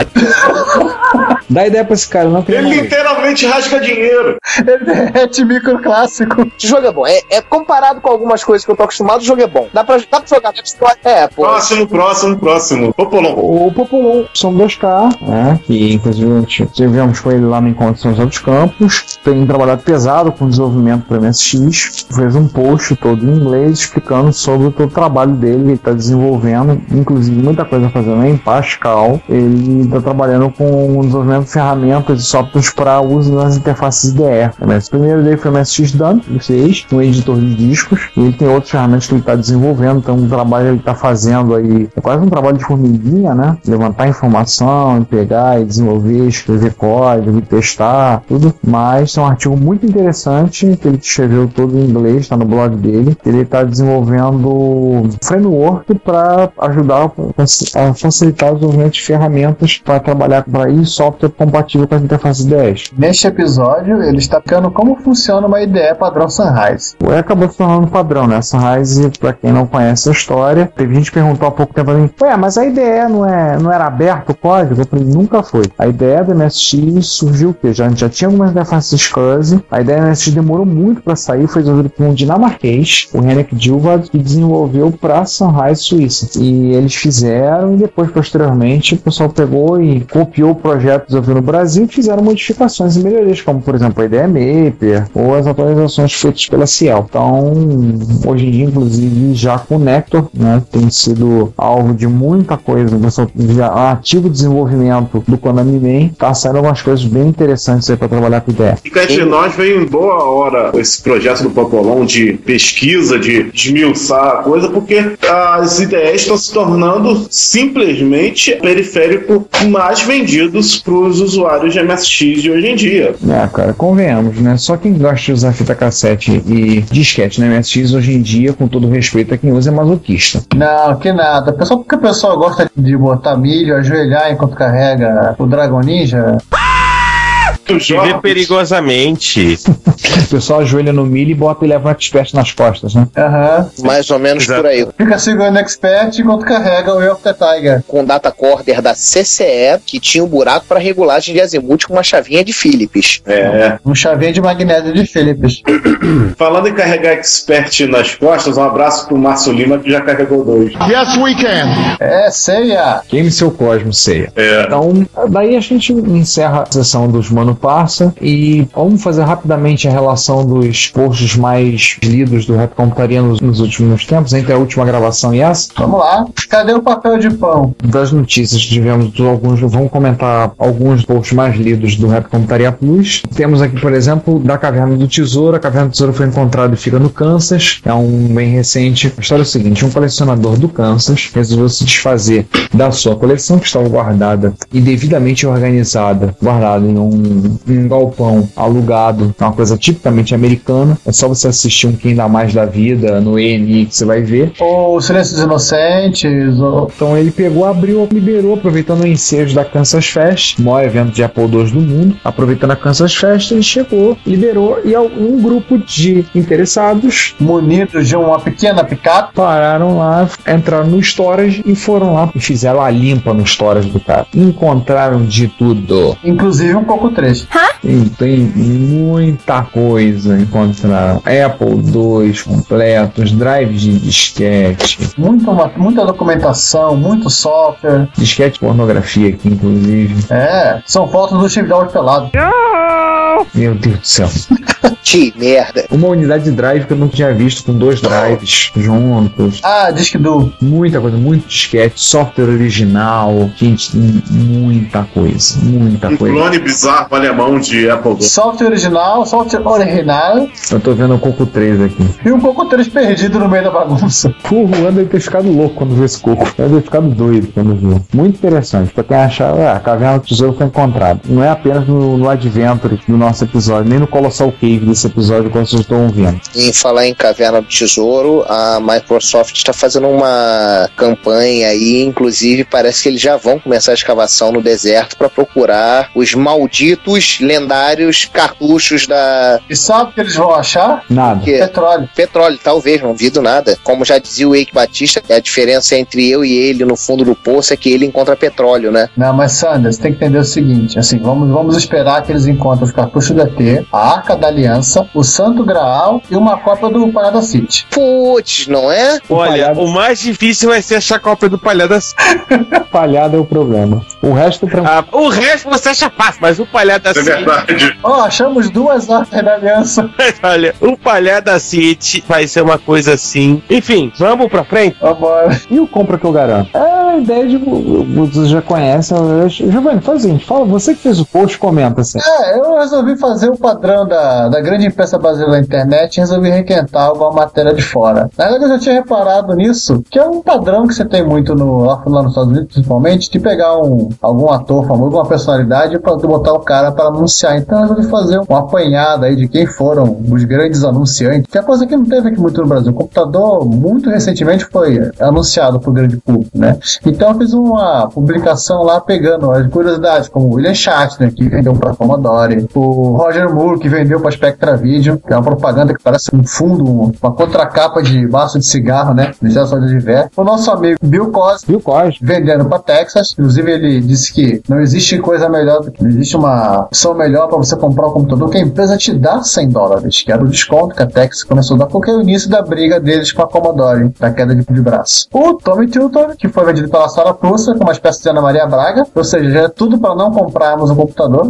God. Dá ideia pra esse cara, não tem. Ele literalmente rasga dinheiro. Ele derrete micro clássico. O jogo é bom. É comparado com algumas coisas que eu tô acostumado, o jogo é bom. Dá pra jogar. Próximo. Popolon. O Popolon são 2K, né? Que inclusive tivemos com ele lá no Encontro dos Outros Campos. Tem trabalhado pesado com desenvolvimento para MSX. Fez um post todo em inglês explicando sobre todo o trabalho dele. Ele está desenvolvendo, inclusive muita coisa fazendo em Pascal. Ele está trabalhando com o desenvolvimento de ferramentas e softwares para uso nas interfaces IDE. O primeiro dele foi o MSX Dump, ele fez um editor de discos. E ele tem outras ferramentas que ele está desenvolvendo. Então o trabalho que ele está fazendo aí é quase um trabalho de formiguinha, né? Levantar informação, pegar e desenvolver, escrever código, testar, tudo. Mas é um artigo muito interessante que ele escreveu todo em inglês, está no blog dele. Ele está desenvolvendo framework para ajudar a facilitar o desenvolvimento de ferramentas para trabalhar para software compatível com as interfaces IDEs. Neste episódio, ele está explicando como funciona uma IDE padrão Sunrise. Acabou se tornando padrão, né? Sunrise, para quem não conhece a história, teve gente que perguntou há pouco tempo pra mim, mas a IDE não era aberto o código? Eu falei, nunca foi. A ideia do MSX surgiu o quê? Já tinha algumas interfaces SCSI, a ideia do MSX demorou muito para sair, foi desenvolvido por um dinamarquês, o Henrik Djurvad, que desenvolveu para Sunrise Suíça. E eles fizeram e depois, posteriormente, o pessoal pegou e copiou o projeto desenvolvido no Brasil e fizeram modificações e melhorias, como, por exemplo, a IDE Maper ou as atualizações feitas pela Ciel. Então, hoje em dia, inclusive, já com o Nector, né, tem sido alvo de muita coisa, ativo desenvolvimento do Konami Man, tá saindo algumas coisas bem interessantes aí para trabalhar com IDE. E cá entre nós veio em boa hora esse projeto do Popolon de pesquisa, de esmiuçar a coisa, porque as IDEs estão se tornando simplesmente periférico mais vendidos para os usuários de MSX de hoje em dia. Cara, convenhamos, né? Só quem gosta de usar fita cassete e disquete na MSX hoje em dia, com todo respeito a quem usa, é masoquista. Não, que nada. Porque o pessoal gosta de botar milho, ajoelhar enquanto carrega o Dragon Ninja. Viver perigosamente. O pessoal ajoelha no milho e bota e leva um expert nas costas, né? Aham. Mais ou menos por aí. Fica segurando o expert enquanto carrega o Way of the Tiger. Com data corder da CCE, que tinha um buraco para regulagem de azimuth com uma chavinha de Philips. Um chavinha de magnésio de Philips. Falando em carregar expert nas costas, um abraço pro Márcio Lima, que já carregou 2. Yes, we can! Ceia! Queime seu cosmo, Ceia. É. Então, daí a gente encerra a sessão dos Mano Parça e vamos fazer rapidamente a relação dos posts mais lidos do Rap Computaria nos últimos tempos, entre a última gravação e essa. Vamos lá. Cadê o papel de pão? Das notícias, tivemos alguns, vamos comentar alguns posts mais lidos do Rap Computaria Plus. Temos aqui, por exemplo, da Caverna do Tesouro. A Caverna do Tesouro foi encontrada e fica no Kansas. É um bem recente. A história é o seguinte: um colecionador do Kansas resolveu se desfazer da sua coleção, que estava guardada e devidamente organizada, guardada em um galpão alugado, uma coisa tipicamente americana. É só você assistir um Quem Dá Mais da Vida no ENI que você vai ver. Ou Silêncio dos Inocentes. Então ele pegou, abriu, liberou, aproveitando o ensejo da Kansas Fest, o maior evento de Apple II do mundo. Aproveitando a Kansas Fest, ele chegou, liberou, e um grupo de interessados, munidos de uma pequena picape, pararam lá, entraram no storage e foram lá e fizeram a limpa no storage do cara. Encontraram de tudo. Inclusive um Coco 3. Tem muita coisa. Encontraram Apple II completos, drives de disquete. Muita documentação, muito software. Disquete pornografia aqui, inclusive. São fotos do Steve Jobs pelado. Meu Deus do céu. Que merda. Uma unidade de drive que eu não tinha visto, com 2 drives juntos. Disque do. Muita coisa, muito disquete, software original. Gente, muita coisa. Muita coisa. Clone bizarro alemão de Apple II. Software original. Eu tô vendo o Coco 3 aqui. E um Coco 3 perdido no meio da bagunça. O Juan deve ter ficado louco quando viu esse Coco. Deve ter ficado doido quando viu. Muito interessante. Pra quem achar, a Caverna do Tesouro foi encontrada. Não é apenas no Adventure do nosso episódio, nem no Colossal Cave desse episódio que vocês estão ouvindo. Em falar em Caverna do Tesouro, a Microsoft está fazendo uma campanha aí, inclusive parece que eles já vão começar a escavação no deserto para procurar os malditos, lendários cartuchos da... E sabe o que eles vão achar? Nada. Petróleo, talvez, não duvido nada. Como já dizia o Eike Batista, a diferença entre eu e ele no fundo do poço é que ele encontra petróleo, né? Não, mas Sanders, tem que entender o seguinte, assim, vamos esperar que eles encontrem os cartuchos do ET, a Arca da Aliança, o Santo Graal e uma cópia do Palhada City. Putz, não é? Olha, o mais difícil vai ser achar a cópia do Palhada City. Palhada é o problema. O resto o resto você acha fácil, mas o Palhada City... É verdade. Achamos 2 Arcas da Aliança. Olha, o Palhada City vai ser uma coisa assim. Enfim, vamos pra frente? Vambora. E o compra que eu garanto? A ideia de... Você já conhece. Giovanni, faz o seguinte, fala, você que fez o post, comenta assim. Eu resolvi fazer o padrão da grande imprensa brasileira na internet e resolvi requentar alguma matéria de fora. Na verdade, eu já tinha reparado nisso, que é um padrão que você tem muito lá nos Estados Unidos, principalmente, de pegar algum ator famoso, alguma personalidade, para botar o cara para anunciar. Então, eu resolvi fazer uma apanhada aí de quem foram os grandes anunciantes, que é coisa que não teve aqui muito no Brasil. O computador, muito recentemente, foi anunciado para o grande público, né? Então, eu fiz uma publicação lá pegando as curiosidades, como o William Shatner, que vendeu para a Commodore, o Roger Moore, que vendeu para a Spectra Video, que é uma propaganda que parece um fundo, uma contracapa de maço de cigarro, né? O nosso amigo Bill Cosby vendendo para Texas. Inclusive, ele disse que não existe coisa melhor, não existe uma opção melhor para você comprar um computador que a empresa te dá $100, que era o desconto que a Texas começou a dar, porque é o início da briga deles com a Commodore, da queda de braço. O Tommy Tilton, que foi vendido pela Sarah Prussa, com uma espécie de Ana Maria Braga, ou seja, já é tudo para não comprarmos um computador.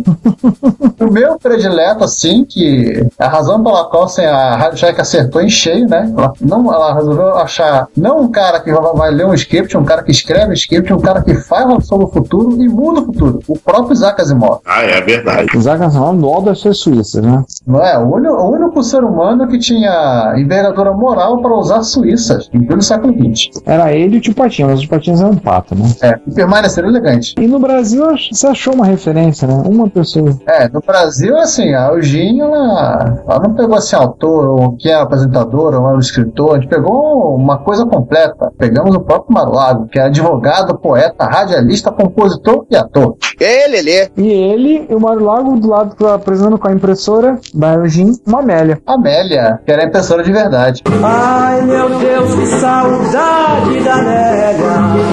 O meu predileto, assim, que a razão pela qual a Rádio Shack acertou em cheio, né? Ela resolveu achar não um cara que vai ler um script, um cara que escreve script, um cara que faz sobre o futuro e muda o futuro. O próprio Isaac Asimov. É verdade. Isaac Asimov do das suas suíças, né? Não é? O único ser humano que tinha envergadura moral para usar suíças, em pleno século XX. Era ele e o Tio Patinhas, mas os Patinhas é um pato, né? Permanecer elegante. E no Brasil, você achou uma referência, né? Uma pessoa. No Brasil, assim, a Eugênia, ela não pegou assim, autor, ou que é apresentador, ou é um escritor, a gente pegou uma coisa completa. Pegamos o próprio Marulago, que é advogado, poeta, radialista, compositor e ator. E ele, o Marulago, do lado, apresentando com a impressora da Eugênia, uma Amélia. Amélia, que era a impressora de verdade. Ai, meu Deus, que saudade da Amélia.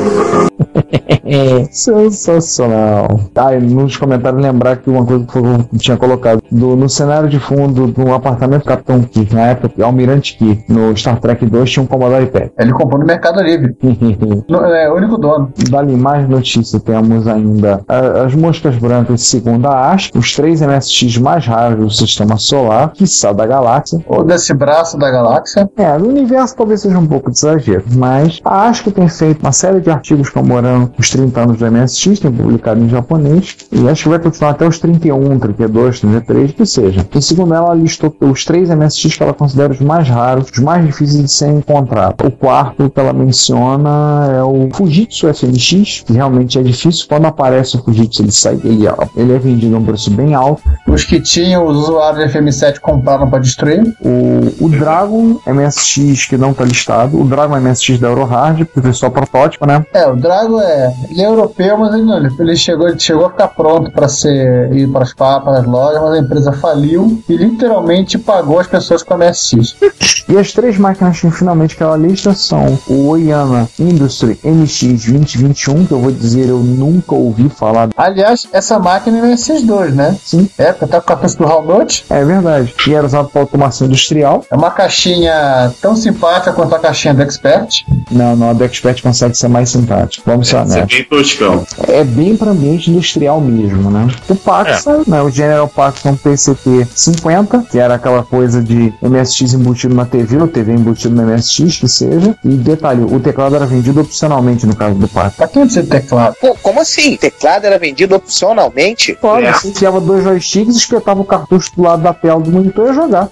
Sensacional. Nos comentários lembrar que uma coisa que eu tinha colocado no cenário de fundo do apartamento do Capitão Kirk, na época, Almirante Kirk, no Star Trek 2, tinha um Commodore PET. Ele comprou no Mercado Livre. É o único dono. Dali mais notícia, temos ainda as moscas brancas segundo a ASC, os 3 MSX mais raros do sistema solar, quiçá da galáxia. Ou desse braço da galáxia. No universo talvez seja um pouco de exagero, mas a ASC tem feito uma série de artigos comemorando os 30 anos do MSX, tem publicado em japonês, e acho que vai continuar até os 31, 32, 33, que seja. E segundo ela listou os 3 MSX que ela considera os mais raros, os mais difíceis de ser encontrados. O quarto que ela menciona é o Fujitsu FMX, que realmente é difícil. Quando aparece o Fujitsu, ele é vendido a um preço bem alto. Os que tinham, os usuários de FM7 compraram para destruir. O Dragon MSX, que não está listado, o Dragon MSX da Eurohard, porque foi só protótipo, né? O Dragon ele é europeu, mas ele chegou a ficar pronto para ir para as lojas, mas a empresa faliu e literalmente pagou as pessoas com a MSX. E as 3 máquinas que finalmente que ela lista são o Oyama Industry MX 2021, que eu vou dizer, eu nunca ouvi falar. Aliás, essa máquina é MSX2, né? Sim. Tá com a cabeça do Hal Note. É verdade. E era usado para automação industrial. É uma caixinha tão simpática quanto a caixinha do Expert. Não, a do Expert consegue ser mais simpático. Vamos ser honestos. É bem toscão. É bem para ambiente industrial mesmo, né? O Paxson, né? O General Paxson PCT 50, que era aquela coisa de MSX embutido na TV, ou TV embutido no MSX, que seja. E detalhe, o teclado era vendido opcionalmente no caso do Paxson. Pra quem precisa de teclado? Pô, como assim? Teclado era vendido opcionalmente? Pode, você enfiava 2 joysticks, espetava o cartucho do lado da tela do monitor e ia jogar.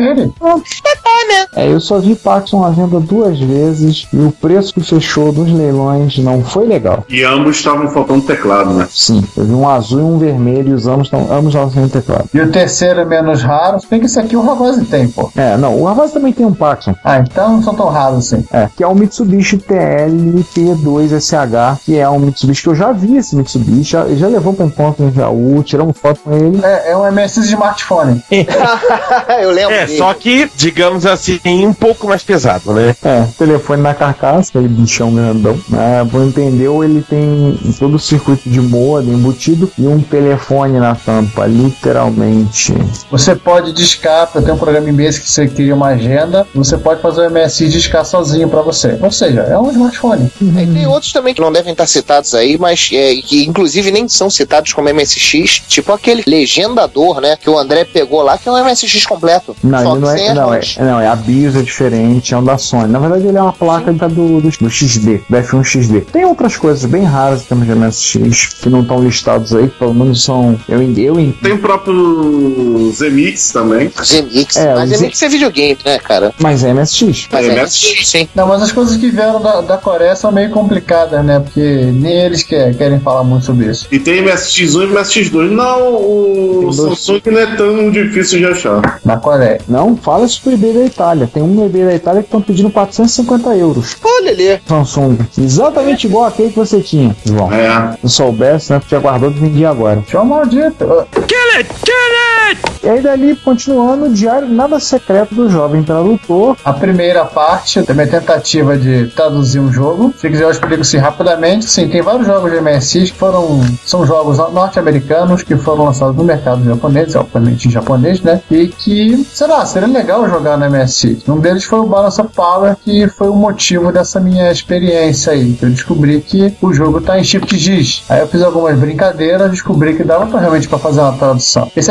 Eu só vi Paxson à venda 2 vezes e o preço que fechou nos leilões não foi legal. E ambos estavam faltando teclado, né? Sim, eu vi um azul e um vermelho e ambos estavam sem teclado. E o terceiro é menos raro, se bem que esse aqui o Ravazzi tem, pô. Não, o Ravazzi também tem um Paxson. Então não são tão raros assim. Que é o Mitsubishi TL-P2SH, que é um Mitsubishi que eu já vi esse Mitsubishi, já levou para um ponto no Jaú, tiramos foto com ele. É um MSX de smartphone. Eu lembro dele. Só que, digamos assim, um pouco mais pesado, né? Telefone na carcaça, aquele bichão grandão. Por entendeu, ele tem todo o circuito de modem embutido e um telefone na tampa, literalmente. Você pode discar, eu tenho um programa em mês que você cria uma agenda, você pode fazer o MSX discar sozinho pra você. Ou seja, é um smartphone. E tem outros também que não devem estar citados aí, mas que inclusive nem são citados como MSX, tipo aquele Legendador, né? Que o André pegou lá, que é um MSX completo. Não, é a BIOS é diferente, é um da Sony. Na verdade, ele é uma placa do XD, do F1 XD. Tem outras coisas bem raras em termos de MSX que não estão listados aí, que pelo menos são. Tem o próprio ZMix também. ZMix, mas ZMix é videogame, né, cara? Mas é MSX. Mas é MSX, sim. Não, mas as coisas que vieram da Coreia são meio complicadas, né? Porque nem eles querem falar muito sobre isso. E tem MSX1 e MSX2. Não, o Samsung não é tão difícil de achar. Na Coreia. Não, fala isso pro eBay da Itália. Tem um no eBay da Itália que estão pedindo 450 euros. Olha ali. Samsung. Exatamente igual aquele que você tinha, João. Se soubesse, né? Tinha guardado e vendia agora. Tchau, maldito. Kill it! E aí dali, continuando, o diário Nada Secreto do Jovem Tradutor. A primeira parte, também tentativa de traduzir um jogo. Se quiser eu explico assim rapidamente. Sim, tem vários jogos de MSX que são jogos norte-americanos que foram lançados no mercado japonês, obviamente em japonês, né? E que, sei lá, seria legal jogar no MSX. Um deles foi o Balance of Power, que foi o motivo dessa minha experiência aí. Eu descobri que o jogo tá em Shift Giz. Aí eu fiz algumas brincadeiras, descobri que dava realmente pra fazer uma tradução. Esse aqui, no caso,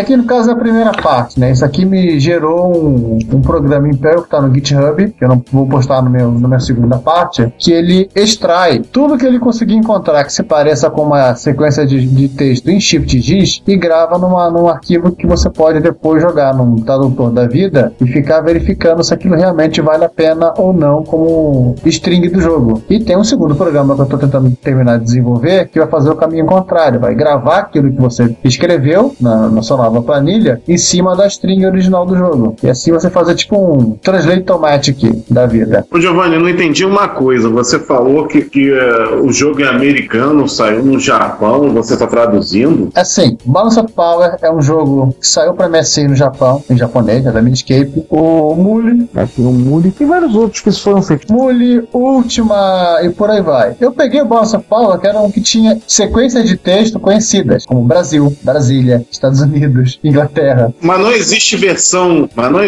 fazer a primeira parte, né? Isso aqui me gerou um programa Imperial que tá no GitHub, que eu não vou postar na minha segunda parte, que ele extrai tudo que ele conseguir encontrar que se pareça com uma sequência de texto em Shift-JIS e grava num arquivo que você pode depois jogar num tradutor da vida e ficar verificando se aquilo realmente vale a pena ou não como string do jogo. E tem um segundo programa que eu estou tentando terminar de desenvolver que vai fazer o caminho contrário, vai gravar aquilo que você escreveu na sua nova planilha em cima da string original do jogo. E assim você fazer tipo um Translate-O-Matic da vida. Ô Giovanni, eu não entendi uma coisa. Você falou que o jogo é americano, saiu no Japão, você está traduzindo? Assim, Balance of Power é um jogo que saiu para MSI no Japão, em japonês, é da Miniscape. O Muli, aqui o Muli, e vários outros que foram feitos. Muli, Ultima e por aí vai. Eu peguei o Balance of Power, que era um que tinha sequências de texto conhecidas, como Brasil, Brasília, Estados Unidos, Inglaterra. Mas não existe versão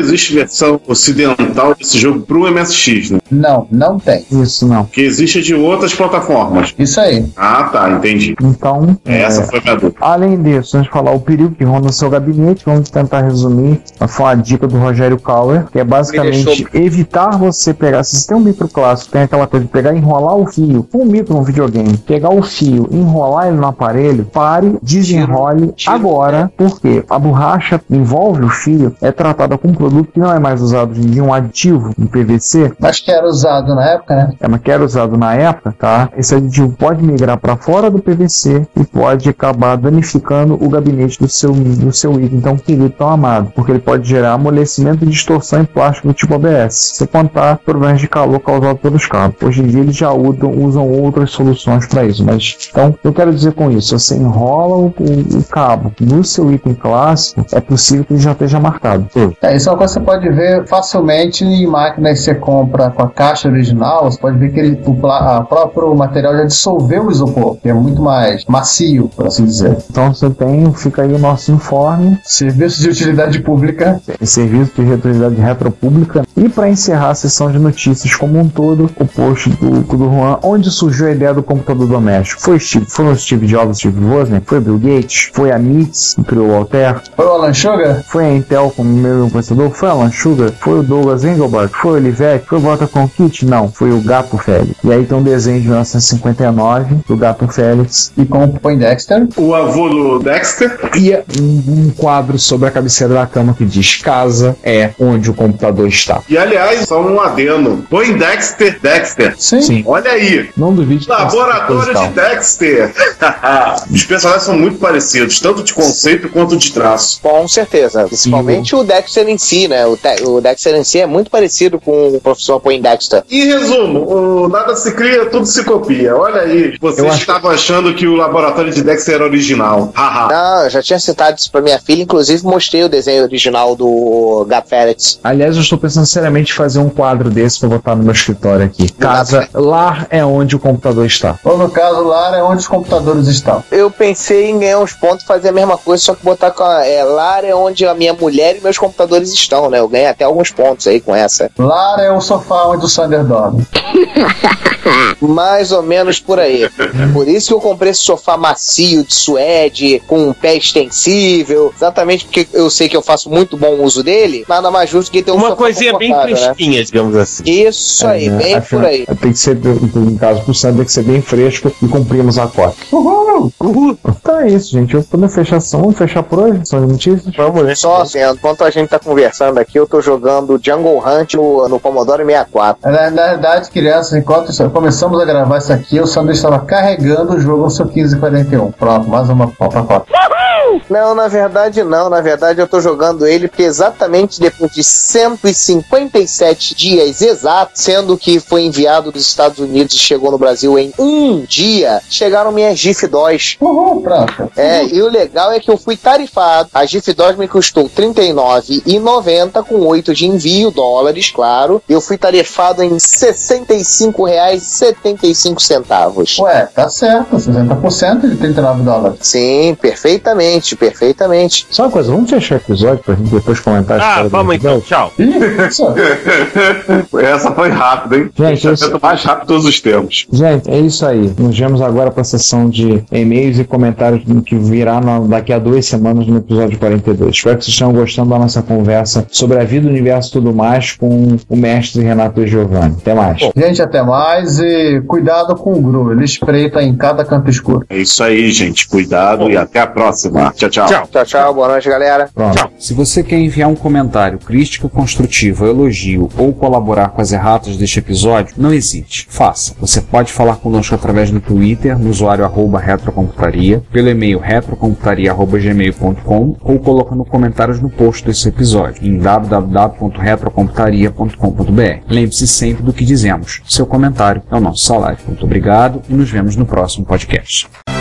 ocidental desse jogo pro MSX, né? Não tem. Isso não. Que existe de outras plataformas. Isso aí. Ah, tá, entendi. Então, essa foi a minha dúvida. Além disso, antes de falar o perigo que ronda no seu gabinete, vamos tentar resumir. Foi uma dica do Rogério Kauer, que é basicamente evitar você pegar, se você tem um micro clássico, tem aquela coisa de pegar e enrolar o fio, um micro no videogame, pegar o fio, enrolar ele no aparelho, pare, desenrole agora, porque a borracha envolve o fio, é tratada com um produto que não é mais usado de um aditivo em PVC. Mas que era usado na época, né? Mas que era usado na época, tá? Esse aditivo pode migrar para fora do PVC e pode acabar danificando o gabinete do seu item tão querido, tão amado, porque ele pode gerar amolecimento e distorção em plástico do tipo ABS, sem contar problemas de calor causados pelos cabos. Hoje em dia eles já usam outras soluções para isso, mas então eu quero dizer com isso, você enrola o cabo no seu item clássico, é possível que ele já esteja marcado. Isso é uma coisa que você pode ver facilmente em máquinas que você compra com a caixa original, você pode ver que o próprio material já dissolveu o isopor, que é muito mais macio, por assim dizer. Então fica aí o nosso informe. Serviço de utilidade pública. Serviço de utilidade retropública. E para encerrar a sessão de notícias como um todo, o post do Juan, onde surgiu a ideia do computador doméstico. Foi o Steve Jobs, Steve Wozniak, foi o Bill Gates, foi a MITS, que criou o Altair. Foi o Alan Sugar? Foi a Intel como meu processador, foi o Alan Sugar, foi o Douglas Engelbart, foi o Olivetti, foi o Walter Cronkite? Não, foi o Gato Félix. E aí tem um desenho de 1959 do Gato Félix. E com o Poindexter. O avô do Dexter. E um quadro sobre a cabeceira da cama que diz: casa é onde o computador está. E aliás, só um adendo. Poindexter, Dexter. Sim. Olha aí. Não duvide. Laboratório de Dexter. Os personagens são muito parecidos, tanto de conceito quanto de traço. Com certeza. Principalmente o Dexter em si, né? O Dexter em si é muito parecido com o professor Poindexter. Em resumo, o nada se cria, tudo se copia. Olha aí, vocês estavam achando que o laboratório de Dexter era original. Não, eu já tinha citado isso pra minha filha, inclusive mostrei o desenho original do Gato Félix. Aliás, eu estou pensando seriamente em fazer um quadro desse pra botar no meu escritório aqui. Lar é onde o computador está. Ou no caso, lar é onde os computadores estão. Eu pensei em ganhar uns pontos e fazer a mesma coisa, só que botar lar é onde a minha mulher e meus computadores estão, né? Eu ganhei até alguns pontos aí com essa. Lar é o sofá onde o Sander dorme. Mais ou menos por aí. Por isso que eu comprei esse sofá macio de suede, com um pé extensível, exatamente porque eu sei que eu faço muito bom uso dele. Nada mais justo que ter um uma sofá coisinha bem fresquinha, né? Digamos assim. Isso aí, bem por aí. Tem que ser, no caso pro Sander, tem que ser bem fresco e cumprimos a cota. Uhul! Então é isso, gente. Vamos fechar por hoje? São notícias? Vamos, né? Só assim, enquanto a gente tá conversando aqui, eu tô jogando Jungle Hunt no Commodore 64. Na verdade, crianças, enquanto começamos a gravar isso aqui, o Sander estava carregando o jogo no seu 1541. Pronto, mais uma pacote. Não, na verdade não. Na verdade eu tô jogando ele porque exatamente depois de 157 dias exatos, sendo que foi enviado dos Estados Unidos e chegou no Brasil em um dia, chegaram minhas GIF DOS. Pronto. E o legal é que eu fui tarifado. A GIF DOS me custou R$39,90 com 8 de envio, dólares, claro. Eu fui tarifado em R$65,75. Ué, tá certo, 60% de $39. Sim, perfeitamente. perfeitamente. Só uma coisa, vamos fechar o episódio pra gente depois comentar a história. Vamos então, tchau. Essa foi rápida, hein? Gente, o mais rápido de todos os tempos. Gente, é isso aí. Nos vemos agora para a sessão de e-mails e comentários que virá daqui a 2 semanas no episódio 42. Espero que vocês tenham gostando da nossa conversa sobre a vida, o universo e tudo mais com o mestre Renato e Giovanni. Até mais. Gente, até mais e cuidado com o Gru. Ele espreita em cada canto escuro. É isso aí, gente. Cuidado e até a próxima. Tchau, tchau. Tchau, tchau. Boa noite, galera. Pronto. Tchau. Se você quer enviar um comentário, crítica construtiva, elogio ou colaborar com as erratas deste episódio, não hesite. Faça. Você pode falar conosco através do Twitter, no usuário @retrocomputaria, pelo e-mail retrocomputaria@gmail.com ou colocando comentários no post desse episódio em www.retrocomputaria.com.br. Lembre-se sempre do que dizemos. Seu comentário é o nosso salário. Muito obrigado e nos vemos no próximo podcast.